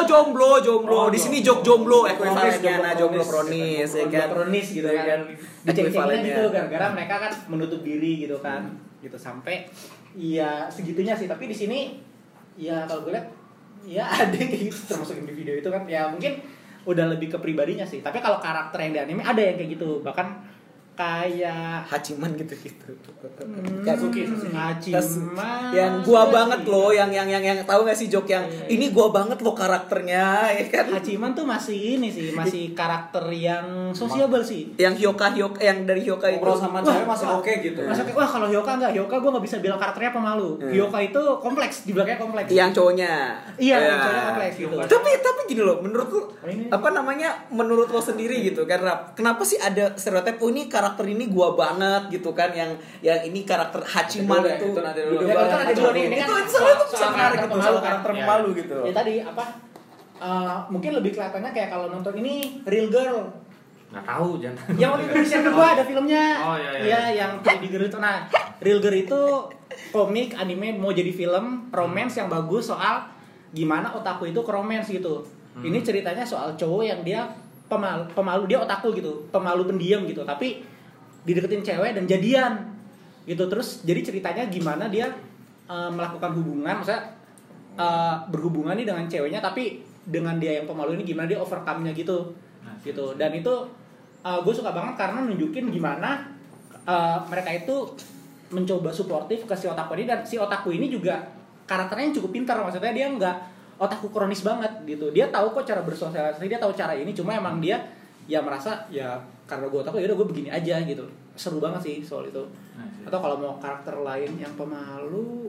Di sini jomblo ekuivalennya jomblo pronis ya kan. Pronis gitu kan. Diceng-cengin gitu gara-gara mereka kan menutup diri gitu kan. Gitu sampai ya segitunya sih, tapi di sini ya kalau gue lihat ya ada kayak gitu termasuk di video itu kan. Ya mungkin udah lebih ke pribadinya sih. Tapi kalau karakter yang di anime ada yang kayak gitu. Bahkan kayak Hachiman gitu. Katsuki. Hachiman. Yang gua banget loh, yang tahu enggak sih joke yang ini gua banget loh karakternya, ya kan? Hachiman tuh masih karakter yang sociable sih. Yang Hyoka yang dari Hyoka itu. Ngobrol sama cewek masih oke gitu. Wah, kalau Hyoka gua enggak bisa bilang karakternya pemalu. Hyoka itu kompleks, di belakangnya kompleks. Yang cowoknya. Iya, yang cowoknya kompleks gitu. Tapi gini loh, menurut lu menurut lo sendiri gitu kan, kenapa sih ada stereotip ini karakter ini gua banget gitu kan, yang ini karakter Hachiman itu nanti dulu. Ada dua nih, ini kan soal karakter pemalu gitu. Ya tadi mungkin lebih kelihatannya kayak kalau nonton ini Real Girl. Nggak tahu jangan. Yang waktu Indonesia kedua ada filmnya. Oh iya. Iya, yang 3D Girl itu. Nah, Real Girl itu komik anime mau jadi film romance yang bagus soal gimana otaku itu ke romance gitu. Ini ceritanya soal cowok yang dia pemalu, dia otaku gitu, pemalu pendiam gitu, tapi dideketin cewek dan jadian gitu. Terus jadi ceritanya gimana dia melakukan hubungan, maksudnya berhubungan nih dengan ceweknya, tapi dengan dia yang pemalu ini gimana dia overcome-nya gitu. Dan itu gue suka banget karena nunjukin gimana mereka itu mencoba suportif ke si otaku ini, dan si otaku ini juga karakternya cukup pintar, maksudnya dia nggak otaku kronis banget gitu. Dia tahu kok cara bersosialisasi, dia tahu cara ini, cuma emang dia ya merasa ya karena gue otaku ya udah gue begini aja gitu. Seru banget sih soal itu. Atau kalau mau karakter lain yang pemalu,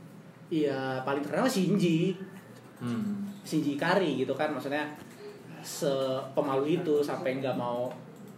ya paling terkenal Shinji. Shinji Ikari gitu kan, maksudnya sepemalu itu sampai nggak mau.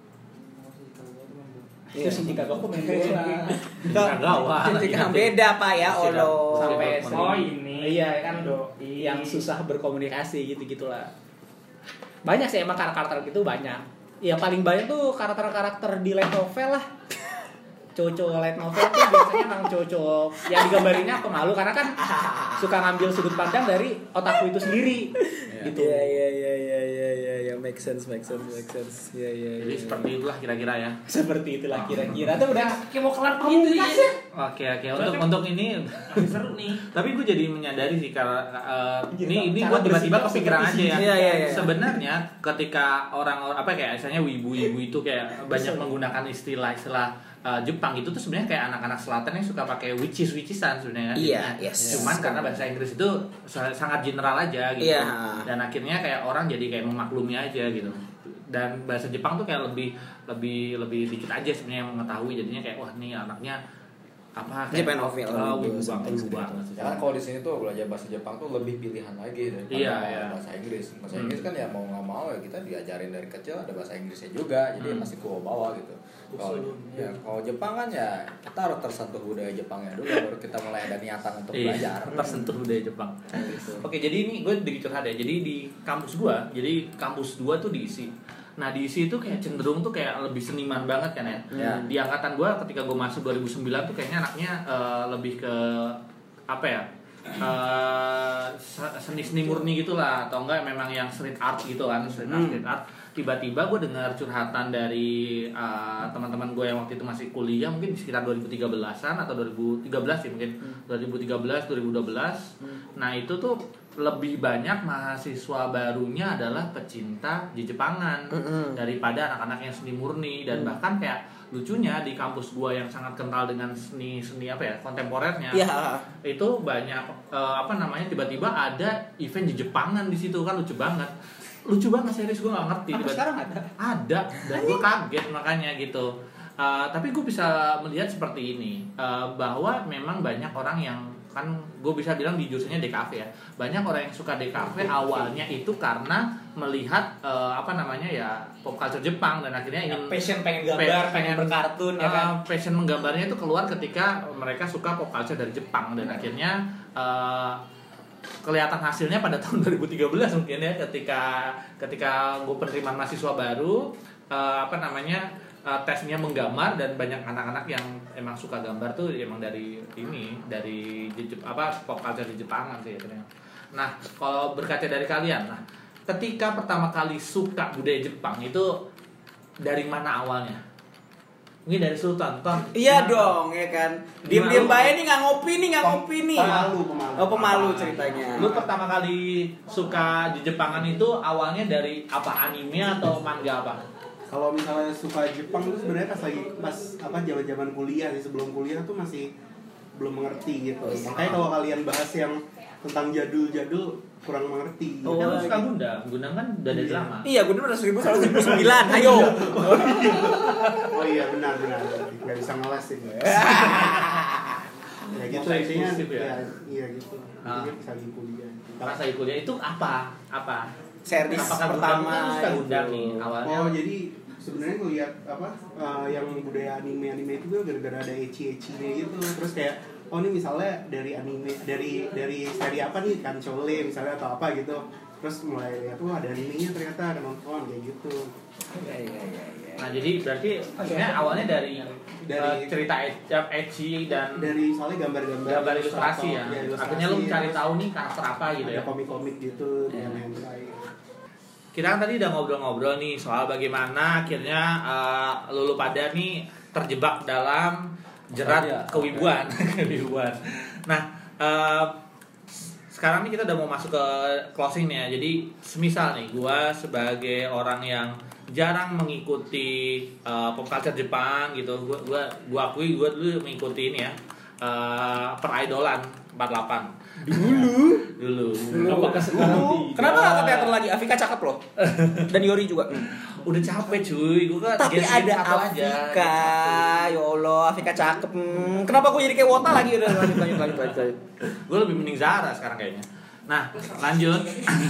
Itu Shinji Kagawa main bola. Kagawa. Beda Pak ya, Allah. Sampai ini. Iya kan, yang susah berkomunikasi gitu-gitulah. Banyak sih emang karakter gitu banyak. Ya paling banyak tuh karakter-karakter di light novel lah. Cowok-cowok light novel tuh biasanya emang cowok-cowok yang digambarinnya pemalu karena kan suka ngambil sudut pandang dari otaku itu sendiri. gitu. Iya, make sense. Iya. Jadi seperti itulah kira-kira ya. Seperti itulah kira-kira. Itu udah Kayak mau kelar gitu ya. Oke. Untuk ini Seru nih. tapi gue jadi menyadari sih karena ini gue tiba-tiba kepikiran aja ya. Iya. Sebenarnya ketika orang apa kayak misalnya wibu-wibu itu kayak banyak menggunakan istilah Jepang itu tuh sebenarnya kayak anak-anak selatan yang suka pakai witches-witchesan sebenarnya. Iya, yes. Cuman karena bahasa Inggris itu sangat general aja gitu. Iya. Dan akhirnya kayak orang jadi kayak memaklumi aja gitu. Dan bahasa Jepang tuh kayak lebih dikit aja sebenarnya yang mengetahui, jadinya kayak wah nih anaknya apa kayak Japanophile wibu banget. Jangan kalau di sini tuh belajar bahasa Jepang tuh lebih pilihan lagi daripada bahasa Inggris. Bahasa Inggris kan ya mau nggak mau ya kita diajarin dari kecil ada bahasa Inggrisnya juga, jadi masih bawa gitu. Kalau Jepang kan ya kita harus tersentuh budaya Jepangnya dulu baru kita mulai ada niatan untuk belajar. Tersentuh budaya Jepang. Oke, jadi ini gue sedikit curhat ya. Jadi di kampus gue, jadi kampus 2 tuh diisi. Nah diisi itu kayak cenderung tuh kayak lebih seniman banget kan ya. Di angkatan gue ketika gue masuk 2009 tuh kayaknya anaknya lebih ke apa ya, seni murni gitulah, atau enggak memang yang street art gitu kan, street art. Tiba-tiba gue dengar curhatan dari teman-teman gue yang waktu itu masih kuliah, mungkin sekitar 2013-an atau 2013 sih mungkin, 2013 2012. Nah itu tuh lebih banyak mahasiswa barunya adalah pecinta Jepangan daripada anak-anak yang seni murni. Dan bahkan kayak lucunya di kampus gua yang sangat kental dengan seni apa ya, kontemporernya, itu banyak tiba-tiba ada event Jepangan di situ kan. lucu banget serius, gue nggak ngerti. Sekarang ada dan gue kaget makanya gitu. Tapi gue bisa melihat seperti ini, bahwa memang banyak orang yang kan gue bisa bilang di jurusannya DKV ya, banyak orang yang suka DKV awalnya itu karena melihat pop culture Jepang dan akhirnya ingin passion, pengen gambar, pengen berkartun ya kan. Passion menggambarnya itu keluar ketika mereka suka pop culture dari Jepang dan akhirnya kelihatan hasilnya pada tahun 2013 mungkin ya, ketika gue penerimaan mahasiswa baru, tesnya menggambar dan banyak anak-anak yang emang suka gambar tuh emang dari pop culture di Jepangan sih ya. Nah kalau berkaca dari kalian, ketika pertama kali suka budaya Jepang itu dari mana awalnya? Mungkin dari Sultan. Iya dong, ya kan. Diem-diem bae nih nggak ngopi nih. Pemalu ceritanya. Lu pertama kali suka di Jepangan itu awalnya dari apa, anime atau manga apa? Kalau misalnya suka Jepang itu sebenarnya pas zaman kuliah sih, sebelum kuliah tuh masih belum mengerti gitu. Makanya kalau kalian bahas yang tentang jadul-jadul kurang mengerti. Oh, kan suka Gundam kan udah dari lama. Iya, Gundam udah 1999. Ayo. Oh iya, benar. Enggak bisa ngeles sih. Ya gitu intinya. Iya gitu. Intinya bisa di kuliah. Pas lagi kuliah itu apa? Series pertama suka Gundam nih awalnya. Oh, jadi sebenarnya ngelihat yang budaya anime itu gue gara-gara ada ecchi-ecchinya gitu. Terus kayak oh ini misalnya dari anime dari seri apa nih, kan Chole misalnya atau apa gitu. Terus mulai lihat tuh ada animenya, ternyata ada nonton kayak gitu. Iya. Nah, jadi berarti maksudnya awalnya dari cerita ecchi dan dari misalnya gambar ilustrasi ya. Akhirnya lu mencari tahu nih karakter apa gitu ya. Ada komik-komik gitu yang hentai. Kita kan tadi udah ngobrol-ngobrol nih soal bagaimana akhirnya lu pada nih terjebak dalam jerat kewibuan. Nah, sekarang nih kita udah mau masuk ke closing nih ya. Jadi semisal nih gua sebagai orang yang jarang mengikuti pop culture Jepang gitu, gua akui gua dulu mengikuti ini ya, peridolan 48 dulu. Apakah sekarang? Kenapa nggak ke teater lagi? Afika cakep loh. Dan Yori juga. Udah capek cuy, gue kan. Tapi ada Afika, ya Allah, Afika cakep. Kenapa gue jadi kayak Wota lagi? Udah lanjut. Gue lebih mending Zara sekarang kayaknya. Nah, lanjut.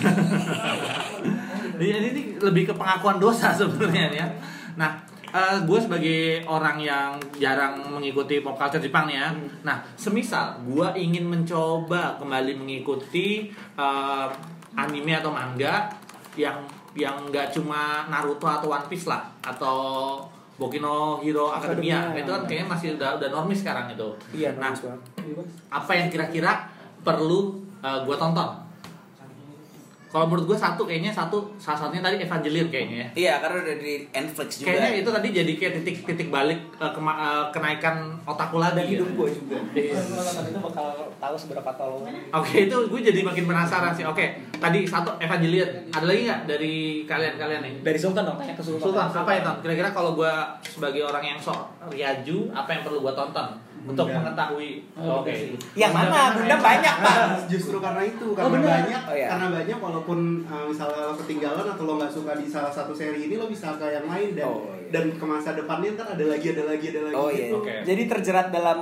Ini lebih ke pengakuan dosa sebenarnya ya. Nah, gue sebagai orang yang jarang mengikuti pop culture Jepang nih ya. Nah, semisal gue ingin mencoba kembali mengikuti anime atau manga yang nggak cuma Naruto atau One Piece lah, atau Boku no Hero Academia, itu kan kayaknya masih udah normis sekarang itu. Iya, nah, apa yang kira-kira perlu gue tonton? Kalau menurut gue kayaknya salah satunya tadi Evangelion kayaknya ya. Iya, karena udah di Netflix juga. Kayaknya itu tadi jadi kayak titik balik kenaikan otakku lagi. Dan hidup gue juga. Nonton itu bakal tahu seberapa tolong. Oke, itu gue jadi makin penasaran sih. Oke, tadi satu Evangelion. Ada lagi nggak dari kalian nih? Dari Sultan dong, tanya ke Sultan. Sultan, apa ya Ton? Kira-kira kalau gue sebagai orang yang sok riaju, apa yang perlu gue tonton untuk mengetahui? Oke. Yang mana? Gundam banyak, Pak. Justru karena itu, karena banyak, karena banyak walaupun misalnya lo ketinggalan atau lo nggak suka di salah satu seri ini, lo bisa ke yang lain dan ke masa depannya ntar ada lagi. Oh iya. Gitu. Okay. Jadi terjerat dalam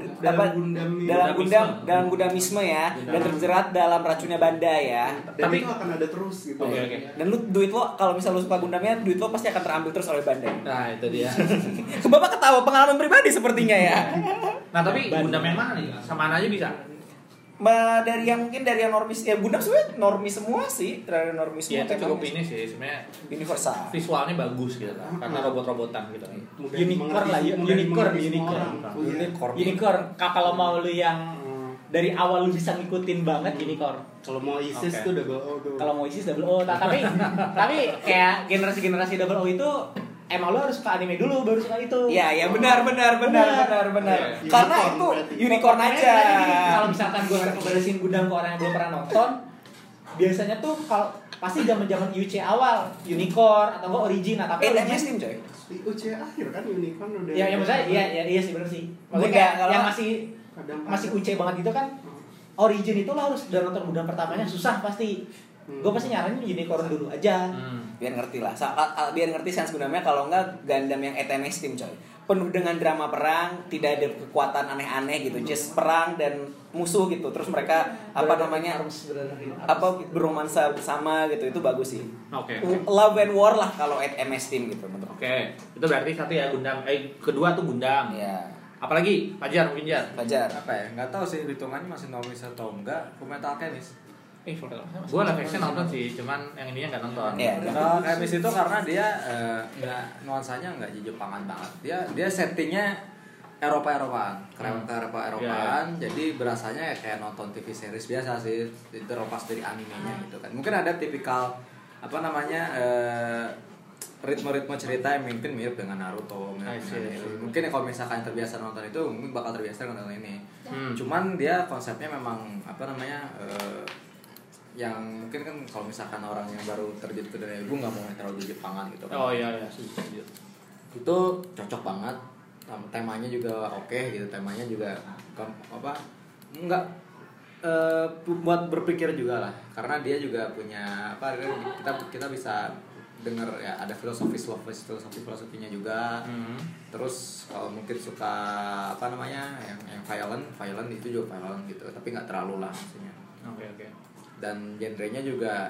dalam Gundamisme ya, dan terjerat dalam racunnya Banda ya. Dan itu akan ada terus gitu. Okay. Dan duit lo kalau misal lo suka Gundamnya, duit lo pasti akan terambil terus oleh Banda. Nah, itu dia. Bapak ketawa pengalaman pribadi sepertinya ya. Nah, tapi Gundam yang mana nih? Samaan aja bisa. Dari yang normis ya, Gundam sebenarnya normis semua sih, dari normis semua. Iya, itu cukup ini sih sebenarnya universal. Visualnya bagus gitu kan, karena robot-robotan gitu. Unicorn lah, unicorn. Kalau mau lu yang dari awal lu bisa ngikutin banget unicorn. Kalau mau ISIS tuh double O tuh. Kalau mau ISIS double O, tapi kayak generasi double O itu emang lo harus suka anime dulu baru suka itu. Iya, benar. Karena itu unicorn aja. Kalau misalkan gue rekomendasiin Gundam ke orang yang belum pernah nonton, biasanya tuh kalau pasti zaman UC awal, unicorn atau enggak origin, tapi Steam coy. UC akhir kan unicorn udah. Ya maksudnya iya sih benar sih. Maksudnya kayak yang masih UC banget gitu kan. Origin itu lo harus udah nonton Gundam pertamanya susah pasti. Gue pasti nyaranin unicorn dulu aja. Biar ngerti lah, biar ngerti sense Gundamnya. Kalau enggak Gundam yang ETMS Team coy, penuh dengan drama perang, tidak ada kekuatan aneh-aneh gitu, just perang dan musuh gitu. Terus mereka beromansa bersama gitu, itu bagus sih. Oke. Love and War lah kalau ETMS Team gitu menurut. Oke. Itu berarti satu ya Gundam. Kedua tuh Gundam. Iya. Apalagi Fajar mungkin Jar. Apa ya? Nggak tahu sih hitungannya masih normis atau enggak. Fullmetal Alchemist. Gue live action nonton sih, cuman yang ininya nggak nonton. Iya. Kalau Alchemist itu karena dia nggak nuansanya nggak Jepangan banget. Dia settingnya Eropa-Eropaan, Eropa-Eropaan. Jadi berasanya kayak nonton TV series biasa sih, terlepas dari animenya gitu kan. Mungkin ada tipikal ritme-ritme cerita yang mungkin mirip dengan Naruto. Mungkin ya kalau misalkan terbiasa nonton itu, mungkin bakal terbiasa nonton ini. Cuman dia konsepnya memang yang mungkin kan kalau misalkan orang yang baru terjun ke dunia ibu nggak mau terlalu Jepangan gitu kan. Oh iya. Itu cocok banget. Temanya juga oke gitu. Temanya juga enggak buat berpikir juga lah. Karena dia juga punya kita bisa dengar ya, ada filosofinya juga. Terus kalau mungkin suka yang violent itu juga violent gitu, tapi nggak terlalu lah maksudnya. Oke. Dan genrenya juga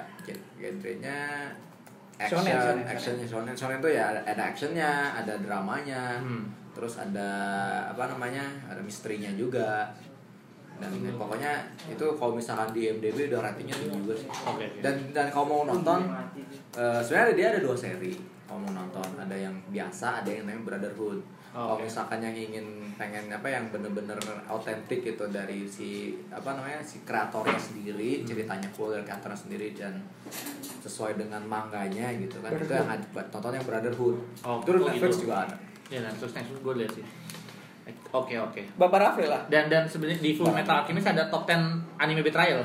action shonen itu ya ada actionnya, ada dramanya, terus ada ada misterinya juga. Dan pokoknya itu kalau misalkan di IMDb udah ratingnya tinggi juga sih. Dan kalau mau nonton sebenarnya dia ada 2 seri. Kalau mau nonton ada yang biasa, ada yang namanya Brotherhood. Kalau misalkan yang pengen yang bener-bener autentik gitu dari si kreatornya sendiri, ceritanya full dari kreatornya sendiri dan sesuai dengan manganya gitu kan. Itu yang tonton yang Brotherhood. Terus Netflix juga ada. Ya, Netflix gue lihat sih. Oke. Bapak Rafli lah. Dan sebenarnya di Fullmetal Alchemist ada top 10 anime betrayal.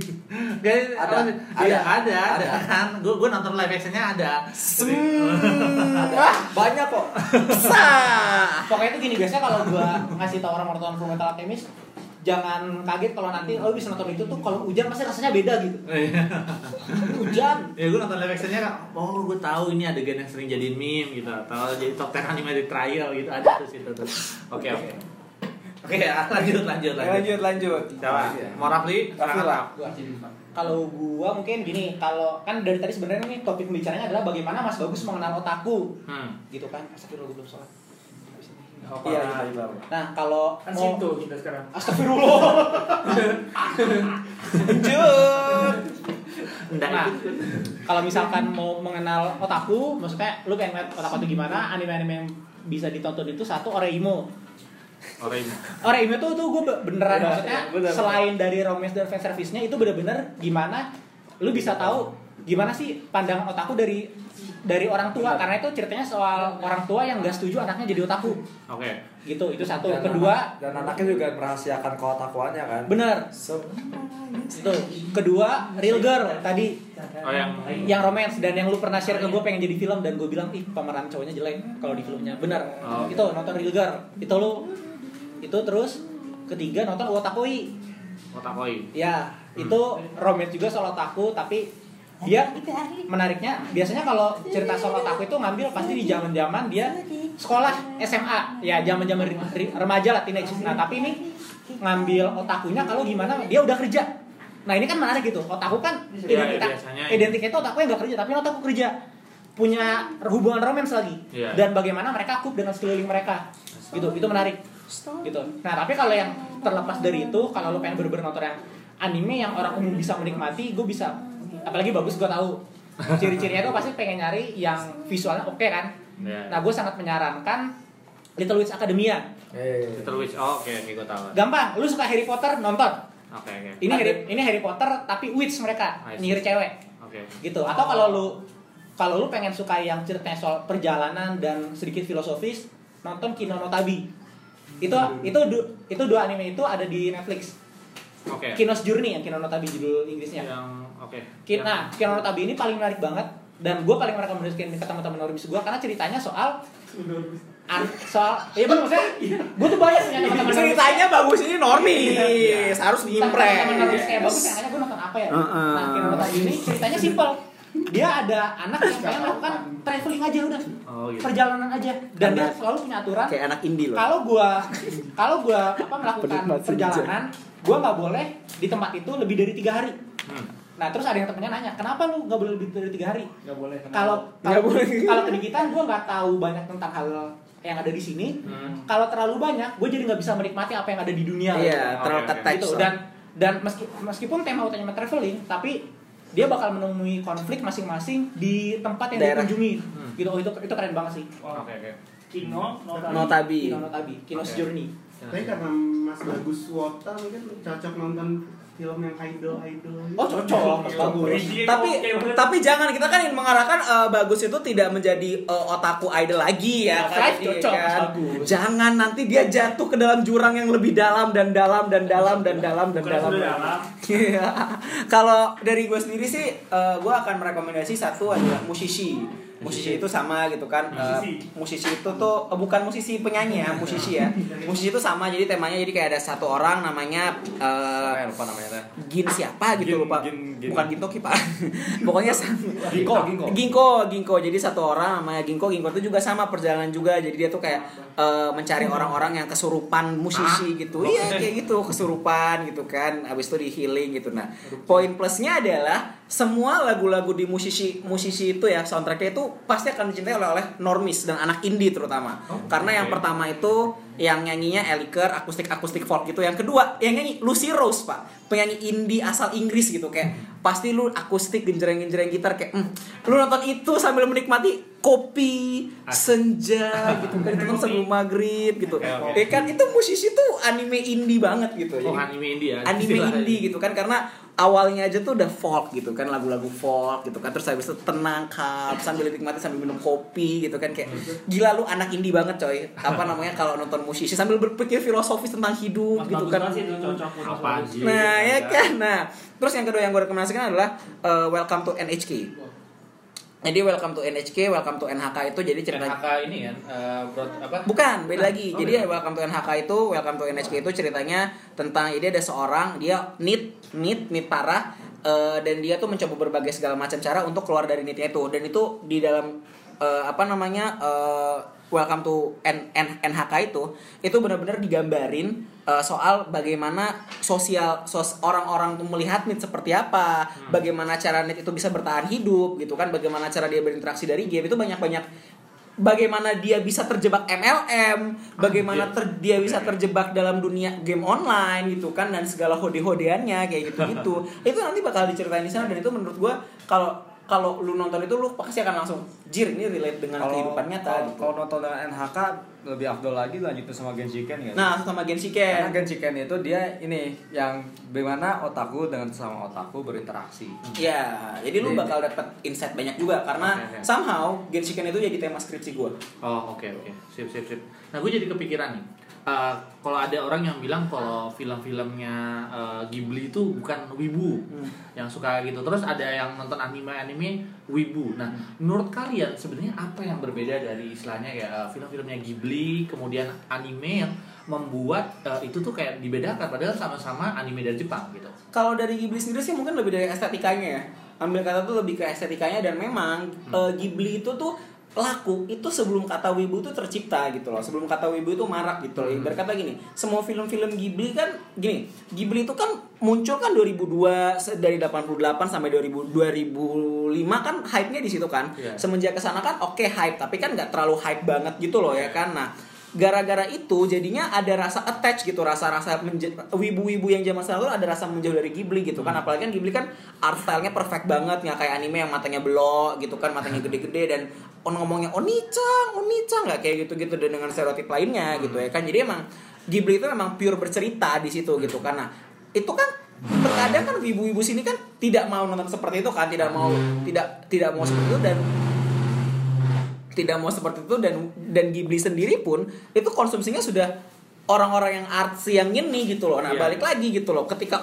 Ada kan. Gue nonton live action-nya ada. Banyak kok. Pokoknya itu gini, biasanya kalau gue ngasih tau orang nonton Fullmetal Alchemist, jangan kaget kalau nanti lo bisa nonton itu tuh kalau hujan pasti rasanya beda gitu. Hujan. Ya gue nonton live action-nya gue tahu ini adegan yang sering jadiin meme gitu, atau jadi top 10 anime betrayal gitu, ada tuh situ tuh. Oke, lanjut. Coba. Mau Rafli? Kalau gua mungkin gini, kalau kan dari tadi sebenarnya nih topik pembicaranya adalah bagaimana Mas Bagus mengenal otaku. Gitu kan. Astagfirullah, belum sholat. Iya. Nah, kalau kan situ kita sekarang. Astagfirullah. Lanjut. Nah, kalau misalkan mau mengenal otaku, maksudnya lu pengen lihat otaku itu gimana, anime-anime yang bisa ditonton itu satu Oreimo tuh gue beneran maksudnya selain dari romance dan fan service-nya itu bener-bener gimana lu bisa tahu gimana sih pandangan otaku dari orang tua, karena itu ceritanya soal orang tua yang nggak setuju anaknya jadi otaku. Oke. Gitu, itu satu. Kedua, dan anaknya juga merahasiakan keotakuannya kan. bener. Itu. Kedua, Real Girl tadi. Oh, yang romance, dan yang lu pernah share ke gue pengen jadi film dan gue bilang ih pemeran cowoknya jelek kalau di filmnya. Bener. Itu nonton Real Girl. Itu terus ketiga nonton Wotakoi. Ya, itu romance juga soal otaku, tapi dia menariknya biasanya kalau cerita soal otaku itu ngambil pasti di zaman-zaman dia sekolah SMA, ya zaman-zaman remaja lah, teenage. Nah, tapi ini ngambil otakunya kalau gimana dia udah kerja. Nah, ini kan menarik gitu. Otaku kan identitas itu otaku yang gak kerja, tapi otaku kerja. Punya hubungan romance lagi. Dan bagaimana mereka cope dengan sekeliling mereka. Gitu, itu menarik. Gitu. Nah, tapi kalau yang terlepas dari itu, kalau lo pengen bener-bener nonton yang anime yang orang umum bisa menikmati, gue bisa, apalagi bagus gue tahu. Ciri-cirinya tuh pasti pengen nyari yang visualnya oke kan. Nah, gue sangat menyarankan Little Witch Academia. Little Witch, oke, gue tahu. Gampang, lu suka Harry Potter, nonton. Oke. Ini Harry Potter tapi witch mereka, nyihir cewek. Oke. Gitu. Atau kalau lu pengen suka yang ceritanya soal perjalanan dan sedikit filosofis, nonton Kino no Tabi. Itu dua anime itu ada di Netflix. Oke. Kino's Journey, yang Kino no Tabi judul Inggrisnya. Kino no Tabi ini paling menarik banget, dan gue paling merekomendasikan ke teman-teman normis gue karena ceritanya soal iya bener, maksudnya gue tuh banyak punya teman-teman ceritanya bagus, ini normis harus diimpress. Teman-teman normis kayak bagus, yang gue nonton apa ya. Nah, Kino no Tabi ini ceritanya simple. Dia ada anak yang pengen melakukan traveling aja udah, gitu. Perjalanan aja, dan dia selalu punya aturan kayak anak indie loh. Kalau gua melakukan perjalanan, gua nggak boleh di tempat itu lebih dari 3 hari. Nah, terus ada yang temennya nanya, kenapa lu nggak boleh lebih dari 3 hari? Nggak boleh. Kalau ke kita, gua nggak tahu banyak tentang hal yang ada di sini. Kalau terlalu banyak, gua jadi nggak bisa menikmati apa yang ada di dunia. Iya, terlalu ketat gitu. Dan meskipun tema utamanya traveling, tapi dia bakal menemui konflik masing-masing di tempat yang dikunjungi. Gitu, itu keren banget sih. Oke. Kino no Tabi. Kino's Journey. Tapi karena Mas Bagus Wota mungkin cocok nonton film yang idol. Oh, cocok, Mas Bagus. Tapi jangan, kita kan ingin mengarahkan Bagus itu tidak menjadi otaku idol lagi ya. Kan? Cocok, Mas Bagus. Jangan nanti dia jatuh ke dalam jurang yang lebih dalam. Iya. Kalau dari gue sendiri sih, gue akan merekomendasi satu adalah musisi itu sama gitu kan. Musisi itu tuh bukan musisi penyanyi ya, musisi ya. Musisi itu sama, jadi temanya jadi kayak ada satu orang namanya lupa namanya teh. Gin siapa gitu, lupa. Bukan Gintoki Pak. Pokoknya sama. Ginko. Jadi satu orang namanya Ginko itu juga sama perjalanan juga. Jadi dia tuh kayak mencari orang-orang yang kesurupan musisi gitu. Iya, kayak gitu, kesurupan gitu kan. Habis itu di healing gitu. Nah, poin plusnya adalah semua lagu-lagu di musisi itu ya, soundtracknya itu pasti akan dicintai oleh normis dan anak indie terutama. Karena yang pertama itu yang nyanyinya Eliker, akustik folk gitu. Yang kedua yang nyanyi Lucy Rose, Pak, penyanyi indie asal Inggris gitu. Kayak pasti lu akustik genjreng gitar kayak lu nonton itu sambil menikmati kopi senja gitu kan, itu sebelum maghrib gitu. Kan itu musisi tuh anime indie banget gitu. Anime indie ya. Anime indie gitu kan, karena awalnya aja tuh udah folk gitu kan, lagu-lagu folk gitu kan, terus habis itu tenang kalm sambil dinikmati sambil minum kopi gitu kan, kayak gila lu anak indie banget coy. Apa namanya kalau nonton musisi sambil berpikir filosofis tentang hidup gitu kan. Nah, ya kan. Nah, terus yang kedua yang gue rekomendasikan adalah Welcome to NHK. Jadi Welcome to NHK, Welcome to NHK itu jadi ceritanya NHK ini kan apa? Bukan, beda lagi. Jadi Welcome to NHK itu, Welcome to NHK itu ceritanya tentang ide ada seorang dia need parah, dan dia tuh mencoba berbagai segala macam cara untuk keluar dari need-nya itu. Dan itu di dalam Welcome to NHK itu benar-benar digambarin soal bagaimana orang-orang tuh melihat NEET seperti apa, bagaimana cara NEET itu bisa bertahan hidup gitu kan, bagaimana cara dia berinteraksi dari game itu banyak bagaimana dia bisa terjebak MLM, bagaimana dia bisa terjebak dalam dunia game online gitu kan, dan segala hode-hodeannya kayak gitu-gitu. Itu nanti bakal diceritain di sana, dan itu menurut gua kalau lu nonton itu lu pasti akan langsung ini relate dengan kehidupan nyata gitu. Kalau nonton dengan NHK lebih afdol lagi lanjutin sama Genshiken ya. Nah, sama Genshiken. Karena Genshiken itu dia ini yang bagaimana otaku dengan sama otaku berinteraksi. Iya, jadi lu bakal dapet insight banyak juga karena somehow Genshiken itu jadi tema skripsi gue. Oh, oke. Sip. Nah, gue jadi kepikiran nih. Kalau ada orang yang bilang kalau film-filmnya Ghibli itu bukan wibu, yang suka gitu. Terus ada yang nonton anime wibu. Nah, menurut kalian sebenarnya apa yang berbeda dari istilahnya kayak film-filmnya Ghibli, kemudian anime yang membuat itu tuh kayak dibedakan padahal sama-sama anime dari Jepang gitu? Kalau dari Ghibli sendiri sih mungkin lebih dari estetikanya ya. Ambil kata tuh lebih ke estetikanya dan memang Ghibli itu tuh laku itu sebelum kata wibu itu tercipta gitu loh. Sebelum kata wibu itu marak gitu loh. Berkata gini, semua film-film Ghibli kan gini, Ghibli itu kan muncul kan 2002 dari 88 sampai 2005 kan hype-nya di situ kan. Yeah. Semenjak kesana kan oke, hype, tapi kan nggak terlalu hype banget gitu loh ya kan. Nah, gara-gara itu jadinya ada rasa attach gitu, rasa-rasa wibu-wibu yang zaman sekarang ada rasa menjauh dari Ghibli gitu kan. Apalagi kan Ghibli kan art style-nya perfect banget, nggak kayak anime yang matanya belok gitu kan, matanya gede-gede dan ngomongnya onicang nggak kayak gitu-gitu dan dengan stereotip lainnya gitu ya kan. Jadi emang Ghibli itu memang pure bercerita di situ gitu kan. Nah, itu kan terkadang kan wibu-wibu sini kan tidak mau nonton seperti itu kan, tidak mau seperti itu dan tidak mau seperti itu dan Ghibli sendiri pun itu konsumsinya sudah orang-orang yang artsy yang ini gitu loh. Nah, balik lagi gitu loh. Ketika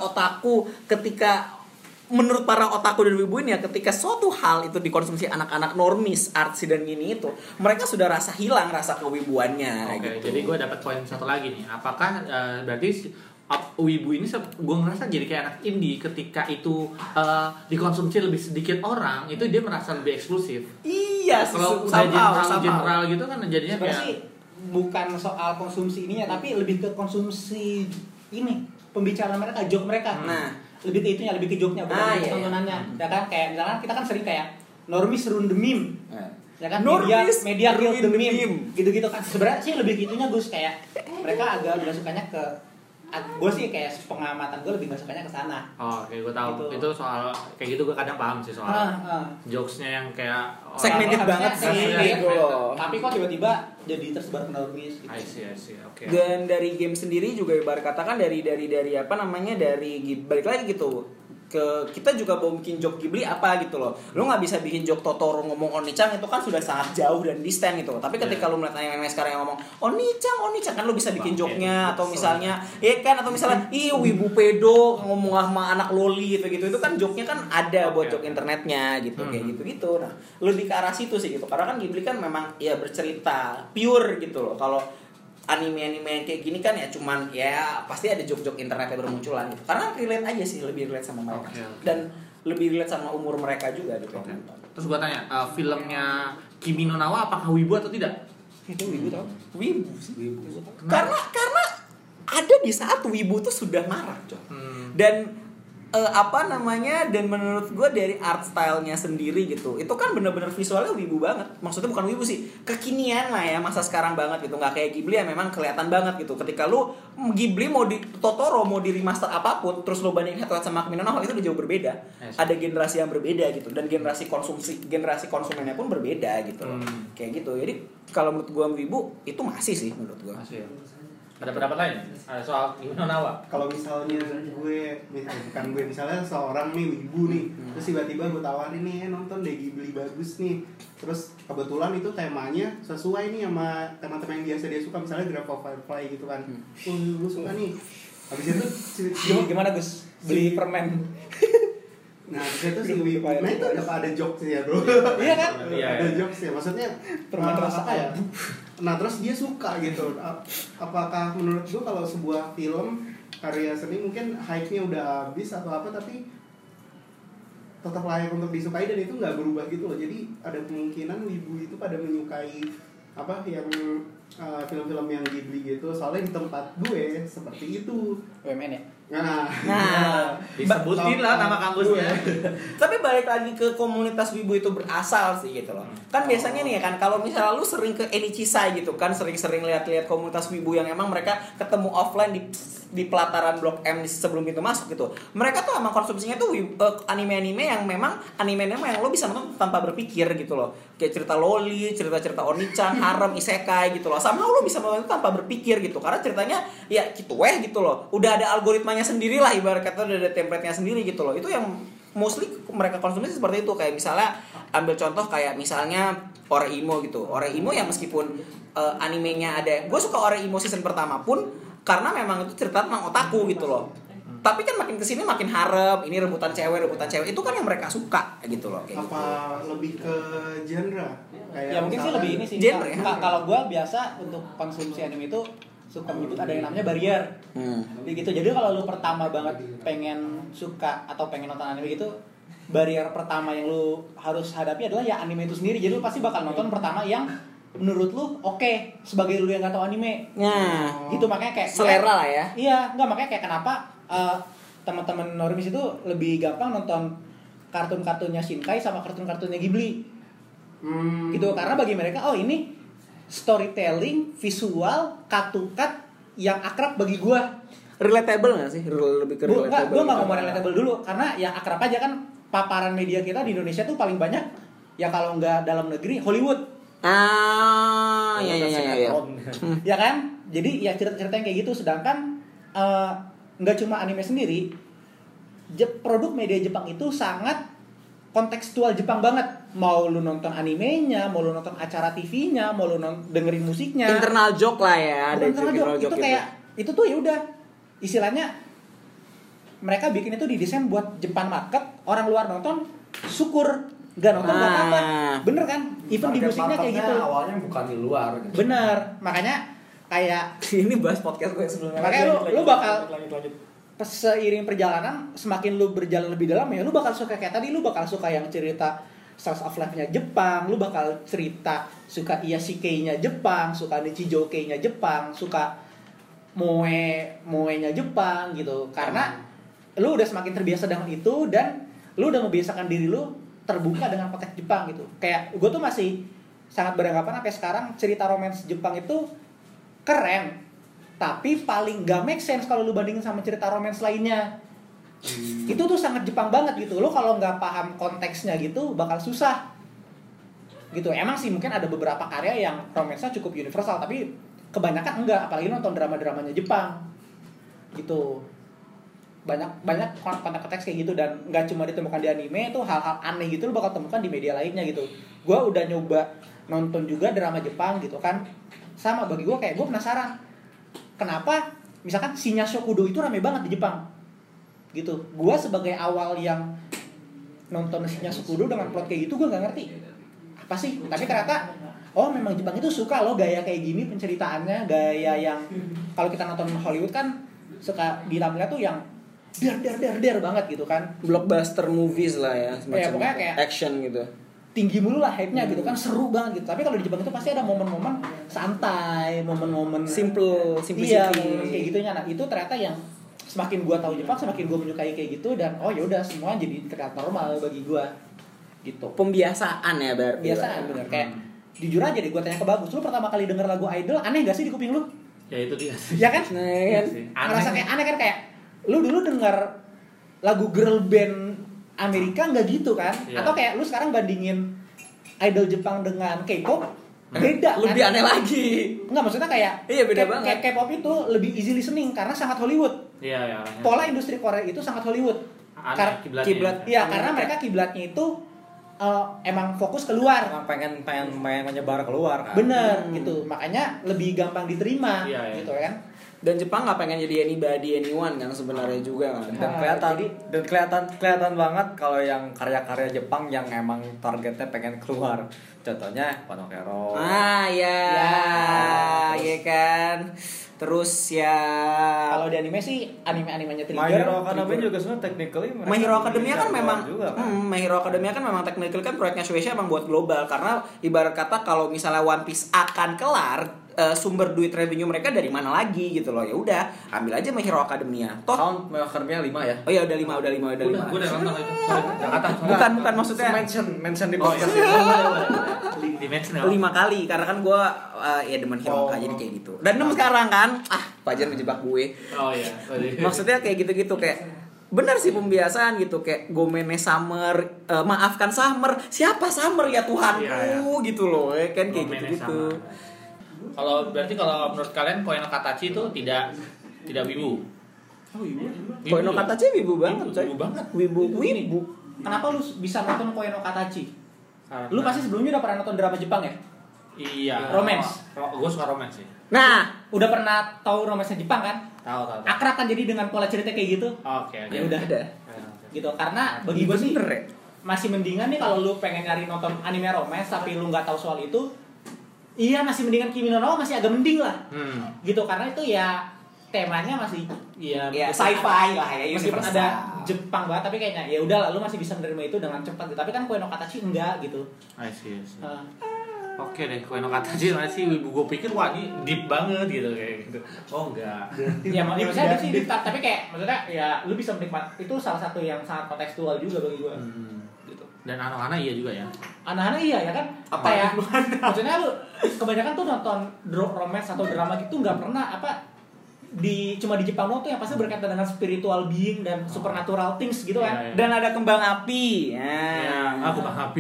menurut para otaku dan wibu ini ya, ketika suatu hal itu dikonsumsi anak-anak normis, artsy dan gini itu, mereka sudah hilang rasa kewibuannya. Oke, gitu. jadi gue dapat poin satu lagi nih. Apakah berarti wibu ini gue ngerasa jadi kayak anak indie ketika itu dikonsumsi lebih sedikit orang, itu dia merasa lebih eksklusif. Iya, kalau udah general gitu kan jadinya sebenarnya kayak bukan soal konsumsi ininya, tapi lebih ke konsumsi ini pembicaraan mereka, joke mereka. Nah, lebih ke itunya, lebih ke joke-nya, bukan tontonannya. Ya kan, kayak misalkan kita kan sering kayak normis ruin the meme. Ya kan, media kill the meme. Gitu-gitu kan. Sebenarnya sih lebih gitunya Gus, kayak mereka agak udah sukanya ke gue sih kayak pengamatan gue lebih gak sukanya ke sana. Oh, oke, gue tahu. Gitu. Itu soal kayak gitu gue kadang paham sih soal jokesnya yang kayak segmented banget sih gitu loh. Tapi kok tiba-tiba jadi tersebar ke normis gitu. I see. Oke. Dan dari game sendiri juga ibarat katakan dari apa namanya, dari balik lagi gitu. Kita juga mau bikin joke Ghibli apa gitu loh. Lu nggak bisa bikin joke Totoro ngomong Onicang, itu kan sudah sangat jauh dan distant gitu. Tapi ketika lu melihat anime sekarang yang ngomong Onicang kan lu bisa bikin joke-nya atau misalnya atau misalnya wibu pedo ngomong sama anak loli gitu. Itu kan joke-nya kan ada buat joke internetnya gitu kayak gitu. Nah, lebih ke arah situ sih gitu. Karena kan Ghibli kan memang ya bercerita pure gitu loh. Kalau anime-anime yang kayak gini kan ya cuman ya pasti ada joke-joke internet yang bermunculan gitu. Karena relate aja sih, lebih relate sama mereka. Dan lebih relate sama umur mereka juga gitu. Terus gua tanya, filmnya Kimi no Na wa apakah wibu atau tidak? Itu wibu tau? Wibu sih. Karena ada di saat wibu tuh sudah marah, coy. Dan dan menurut gue dari art style-nya sendiri gitu, itu kan bener-bener visualnya wibu banget. Maksudnya bukan wibu sih, kekinian lah ya, masa sekarang banget gitu. Nggak kayak Ghibli ya, memang kelihatan banget gitu. Ketika lu Ghibli mau di Totoro mau di remaster apapun, terus lu bandingin head-to-head sama Kimi no Na wa, itu udah jauh berbeda. Ada generasi yang berbeda gitu, dan generasi konsumennya pun berbeda gitu. Kayak gitu. Jadi kalau menurut gue wibu itu masih sih menurut gue. Masih ya. Ada pendapat lain? Ada soal Kimi no Na wa? Kalau misalnya misalnya seorang nih wibu nih, terus tiba-tiba gue tawarin nih nonton deh Ghibli bagus nih, terus kebetulan itu temanya sesuai nih sama tema-tema yang biasa dia suka, misalnya Graph of Firefly gitu kan. Gue suka nih. Habis itu gimana Gus? Beli permen. Nah, itu si wibu. Nah, itu ada jokes ya, Bro. Iya kan? Ada jokes ya. Maksudnya permen rasa ya. Nah, terus dia suka gitu. Apakah menurut gue kalau sebuah film karya seni mungkin hype-nya udah habis atau apa, tapi tetap layak untuk disukai dan itu nggak berubah gitu loh. Jadi ada kemungkinan wibu itu pada menyukai yang film-film yang Ghibli gitu. Soalnya di tempat gue seperti itu. UMN ya? Nah, disebutin lah nama kampusnya. Tapi balik lagi ke komunitas wibu itu berasal sih gitu loh. Kan biasanya nih ya kan, kalau misalnya lu sering ke Enichisai gitu kan, sering-sering lihat-lihat komunitas wibu yang emang mereka ketemu offline di di pelataran Blok M sebelum pintu masuk gitu. Mereka tuh emang konsumsinya tuh anime-anime yang memang anime-anime yang lo bisa nonton tanpa berpikir gitu loh. Kayak cerita loli, cerita-cerita onichan, harem, isekai gitu loh. Sama lo bisa nonton itu tanpa berpikir gitu. Karena ceritanya ya gitu gitu loh. Udah ada algoritmanya sendiri lah, ibarat kata udah ada template-nya sendiri gitu loh. Itu yang mostly mereka konsumsi seperti itu. Kayak misalnya ambil contoh kayak misalnya Oreimo gitu. Oreimo yang meskipun animenya ada, gue suka Oreimo season pertama pun karena memang itu cerita tentang otaku gitu loh. Tapi kan makin kesini makin harem, ini rebutan cewek itu kan yang mereka suka gitu loh. Kayak apa gitu. Lebih ke genre? Kayak ya mungkin sih lebih ini sih. Genre ya? Kalau gue biasa untuk konsumsi anime itu suka menyebut ada yang namanya barrier. Gitu. Jadi kalau lu pertama banget pengen suka atau pengen nonton anime gitu, barrier pertama yang lu harus hadapi adalah ya anime itu sendiri. Jadi lu pasti bakal nonton pertama yang menurut lu oke, sebagai lu yang gak tahu anime. Nah, gitu makanya kayak selera lah ya. Iya, enggak makanya kayak kenapa teman-teman normis itu lebih gampang nonton kartun-kartunnya Shinkai sama kartun-kartunnya Ghibli. Gitu karena bagi mereka ini storytelling, visual, cut yang akrab bagi gua. Relatable gak sih? Lebih ke relatable. Gue gak ngomong relatable dulu karena yang akrab aja kan paparan media kita di Indonesia tuh paling banyak ya kalau nggak dalam negeri Hollywood. Iya. Ya kan? Jadi ya cerita-cerita yang kayak gitu. Sedangkan nggak cuma anime sendiri, produk media Jepang itu sangat kontekstual Jepang banget. Mau lu nonton animenya, mau lu nonton acara TV-nya, mau lu dengerin musiknya. Internal joke lah ya. Internal joke itu kayak itu tuh ya udah istilahnya mereka bikin itu didesain buat Jepang market. Orang luar nonton syukur. Gak nonton gak apa-apa. Bener kan? Even di musiknya kayak gitu. Awalnya bukan di luar gitu. Bener. Makanya kayak ini bahas podcast gue sebelumnya. Makanya lu bakal seiring perjalanan semakin lu berjalan lebih dalam ya lu bakal suka kayak tadi, lu bakal suka yang cerita Slice of Life-nya Jepang, lu bakal cerita suka Iyashikei-nya Jepang, suka Nichijouke-nya Jepang, suka moe-nya Jepang gitu. Karena lu udah semakin terbiasa dengan itu dan lu udah membiasakan diri lu terbuka dengan konteks Jepang gitu. Kayak gue tuh masih sangat beranggapan sampai sekarang cerita romance Jepang itu keren, tapi paling gak make sense kalau lu bandingin sama cerita romance lainnya. Itu tuh sangat Jepang banget gitu. Lu kalau nggak paham konteksnya gitu bakal susah. Gitu. Emang sih mungkin ada beberapa karya yang romance-nya cukup universal, tapi kebanyakan enggak, apalagi nonton drama-dramanya Jepang. Gitu. Banyak konteks kayak gitu dan nggak cuma ditemukan di anime, itu hal-hal aneh gitu lu bakal temukan di media lainnya gitu. Gue udah nyoba nonton juga drama Jepang gitu kan, sama bagi gue kayak gue penasaran kenapa misalkan Shinya Shokudo itu rame banget di Jepang gitu. Gue sebagai awal yang nonton Shinya Shokudo dengan plot kayak gitu gue nggak ngerti apa sih, tapi ternyata memang Jepang itu suka loh gaya kayak gini penceritaannya, gaya yang kalau kita nonton Hollywood kan suka ditampilnya tuh yang der banget gitu kan, blockbuster movies lah ya, ya pokoknya kayak action gitu, tinggi mulu lah hype-nya gitu kan, seru banget gitu. Tapi kalau di Jepang itu pasti ada momen-momen santai, momen-momen simple iya, momen kayak gitunya. Nah itu ternyata yang semakin gua tahu Jepang semakin gua menyukai kayak gitu, dan yaudah semua jadi terlihat normal bagi gua gitu. Pembiasaan ya berarti. Biasaan bener. Kayak jujur aja deh, gua tanya ke Bagus, lu pertama kali denger lagu Idol aneh gak sih di kuping lu? Ya itu dia sih. Ya kan? Iya sih. Ngerasa kayak aneh kan, kayak lu dulu denger lagu girl band Amerika nggak gitu kan? Ya. Atau kayak lu sekarang bandingin idol Jepang dengan K-pop, beda lebih kan? aneh lagi. Enggak, maksudnya kayak iya beda banget. K-pop itu lebih easy listening karena sangat Hollywood. Iya. Pola industri Korea itu sangat Hollywood. Kiblat. Iya, karena mereka kiblatnya itu emang fokus keluar. Emang pengen menyebar keluar kan. Bener gitu. Makanya lebih gampang diterima gitu kan. Dan Jepang nggak pengen jadi anybody anyone kan sebenarnya juga kan. Dan kelihatan banget kalau yang karya-karya Jepang yang emang targetnya pengen keluar. Contohnya Wano Kero. Iya kan. Terus ya kalau di anime sih anime-animenya Trigger. My Hero Academia juga sebenarnya technically My Hero Academia kan memang My Hero Academia kan memang technically kan proyeknya Shueisha emang buat global, karena ibarat kata kalau misalnya One Piece akan kelar, sumber duit revenue mereka dari mana lagi gitu loh. Ya udah, ambil aja My Hero Academia. Tahun My Hero Academia 5 ya. Oh iya udah 5. Gue udah nonton itu. Bukan maksudnya mention di podcast. mention 5 kali karena kan gue ya demen Hiroka jadi kayak gitu. Dan 6 sekarang kan. Fajar ngejebak gue. Oh iya. Maksudnya kayak gitu-gitu kayak benar sih pembiasaan gitu kayak Gomene Summer, maafkan Summer, siapa Summer ya Tuhanku gitu loh ya kan kayak gitu-gitu. Kalau berarti kalau menurut kalian Koe no Katachi itu tidak wibu. Oh iya. Koe no Katachi wibu banget, coy. Wibu banget. Wibu. Kenapa lu bisa nonton Koe no Katachi? Lu pasti sebelumnya udah pernah nonton drama Jepang ya? Iya. Romance. Gue suka romance sih. Nah, udah pernah tahu romance Jepang kan? Tahu. Akrab kan jadi dengan pola cerita kayak gitu. Oke. Ya udah ada. Gitu. Karena bagi gue sih masih mendingan nih kalau lu pengen nyari nonton anime romance tapi lu nggak tahu soal itu. Iya, masih mendingan Kimi no Na wa masih agak mending lah. Gitu karena itu ya temanya masih ya sci-fi lah ya. Meskipun ada Jepang banget tapi kayaknya ya udah lu masih bisa menerima itu dengan cepat. Tapi kan Koe no Katachi enggak gitu. I see. Oke deh, Koe no Katachi masih wibu, gue pikir wah ini deep banget gitu kayak gitu. Oh enggak. Ya maksudnya sih deep tapi kayak maksudnya ya lu bisa menikmati itu salah satu yang sangat kontekstual juga bagi gue. Gitu. Dan anak-anak iya juga ya. Anak-anak iya ya kan? Apa ya? Maksudnya lu kebanyakan tuh nonton romance atau drama gitu nggak pernah cuma di Jepang tuh yang pasti berkaitan dengan spiritual being dan supernatural things gitu kan. Ya. Dan ada kembang api. Kembang api.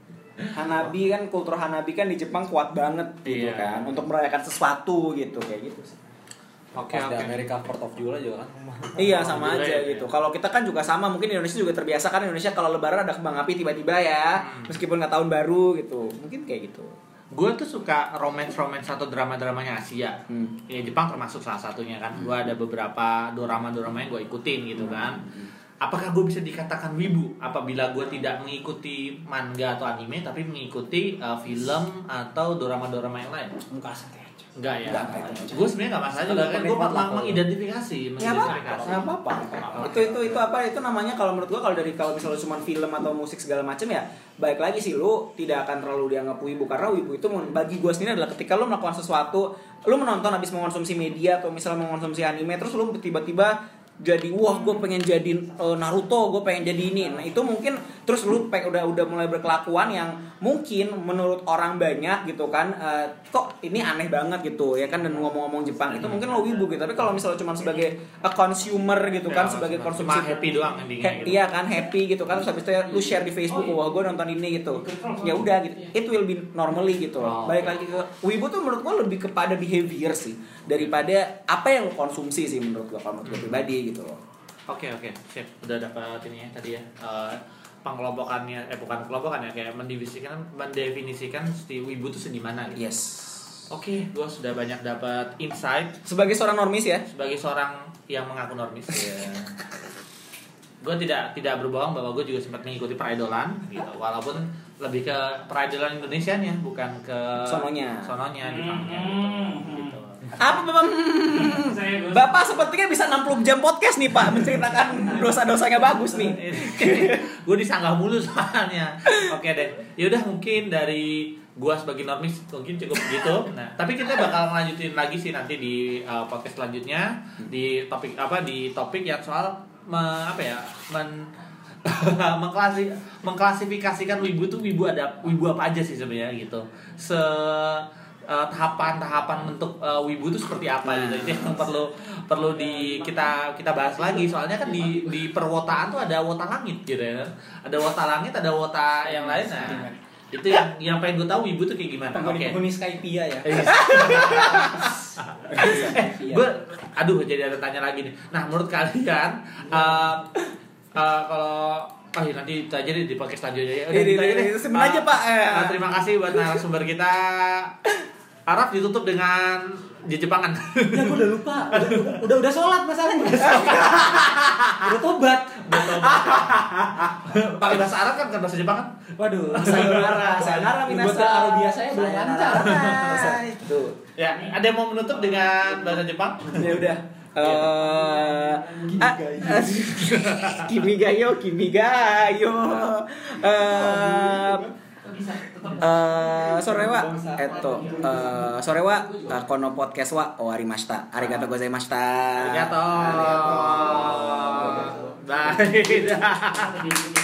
Hanabi kan kultur Hanabi kan di Jepang kuat banget gitu kan untuk merayakan sesuatu gitu kayak gitu sih. Oke. Di Amerika 4th of July juga kan. Iya sama aja gitu. Kalau kita kan juga sama, mungkin Indonesia juga terbiasa kan Indonesia kalau Lebaran ada kembang api tiba-tiba ya, meskipun nggak tahun baru gitu. Mungkin kayak gitu. Gue tuh suka romance atau drama-dramanya Asia. Ya Jepang termasuk salah satunya kan. Gue ada beberapa drama yang gue ikutin gitu kan. Apakah gue bisa dikatakan wibu apabila gue tidak mengikuti manga atau anime tapi mengikuti film atau drama-drama yang lain? Enggak ya. Gue sebenarnya nggak masalah juga kan. Gue mengidentifikasi. Nggak apa-apa. Itu apa? Itu namanya kalau menurut gue kalau misalnya cuma film atau musik segala macam ya baik lagi sih lu tidak akan terlalu dianggap wibu karena wibu itu bagi gue sendiri adalah ketika lu melakukan sesuatu, lu menonton habis mengonsumsi media atau misalnya mengonsumsi anime terus lu tiba-tiba jadi wah gue pengen jadi Naruto, gue pengen jadi ini. Nah itu mungkin terus lu udah mulai berkelakuan yang mungkin menurut orang banyak gitu kan kok ini aneh banget gitu ya kan, dan ngomong-ngomong Jepang itu mungkin lo wibu gitu. Tapi kalau misalnya cuma sebagai consumer gitu kan, sebagai konsumsi happy doang intinya gitu. Iya kan, happy gitu kan, terus habis itu lu share di Facebook wah gue nonton ini gitu, ya udah gitu, it will be normally gitu. Balik lagi ke wibu tuh menurut gue lebih kepada behavior sih daripada apa yang lo konsumsi sih menurut gue, kalau menurut gue pribadi gitu loh. Oke, sip. Udah dapat ini ya tadi ya. Pengelompokannya bukan kelompokan ya, kayak mendefinisikan si wibu itu segimana gitu. Yes. Oke, gue sudah banyak dapat insight sebagai seorang normis ya. Sebagai seorang yang mengaku normis ya. Gue tidak berbohong bahwa gue juga sempat mengikuti peridolan gitu, walaupun lebih ke peridolan Indonesianya bukan ke sononya Jepangnya gitu. Apa Bapak? Bapak sepertinya bisa 60 jam podcast nih Pak, menceritakan dosa-dosanya bagus nih. Gue disanggah mulu soalnya. Oke deh. Yaudah mungkin dari gua sebagai normis mungkin cukup gitu. Nah, tapi kita bakal lanjutin lagi sih nanti di podcast selanjutnya di topik yang soal mengklasifikasikan wibu tuh wibu apa aja sih sebenarnya gitu. Tahapan bentuk wibu itu seperti apa gitu. Itu yang perlu kita bahas lagi, soalnya kan di perwotaan tuh ada wota langit gitu ya. Ada wota langit, ada wota yang lain. Nah, itu yang pengen gue tahu wibu tuh kayak gimana. Penghuni Skypia ya. Gue jadi ada tanya lagi nih. Nah, menurut kalian kalau nanti itu aja di podcast selanjutnya ya. Sebenarnya Pak. Terima kasih buat narasumber kita. Araf ditutup dengan Jepangan. Ya gue udah lupa. Udah sholat masalahnya. Udah tobat. Pakai bahasa Arab kan bahasa Jepang kan? Waduh. Sayonara minasa. Arabia saya belum lancar. Tuh. Ya, ada yang mau menutup dengan bahasa Jepang? Ya udah. Kimigayo. Sorewa kono podcast wa owarimashita. Arigatou gozaimashita. Arigatou. Bye.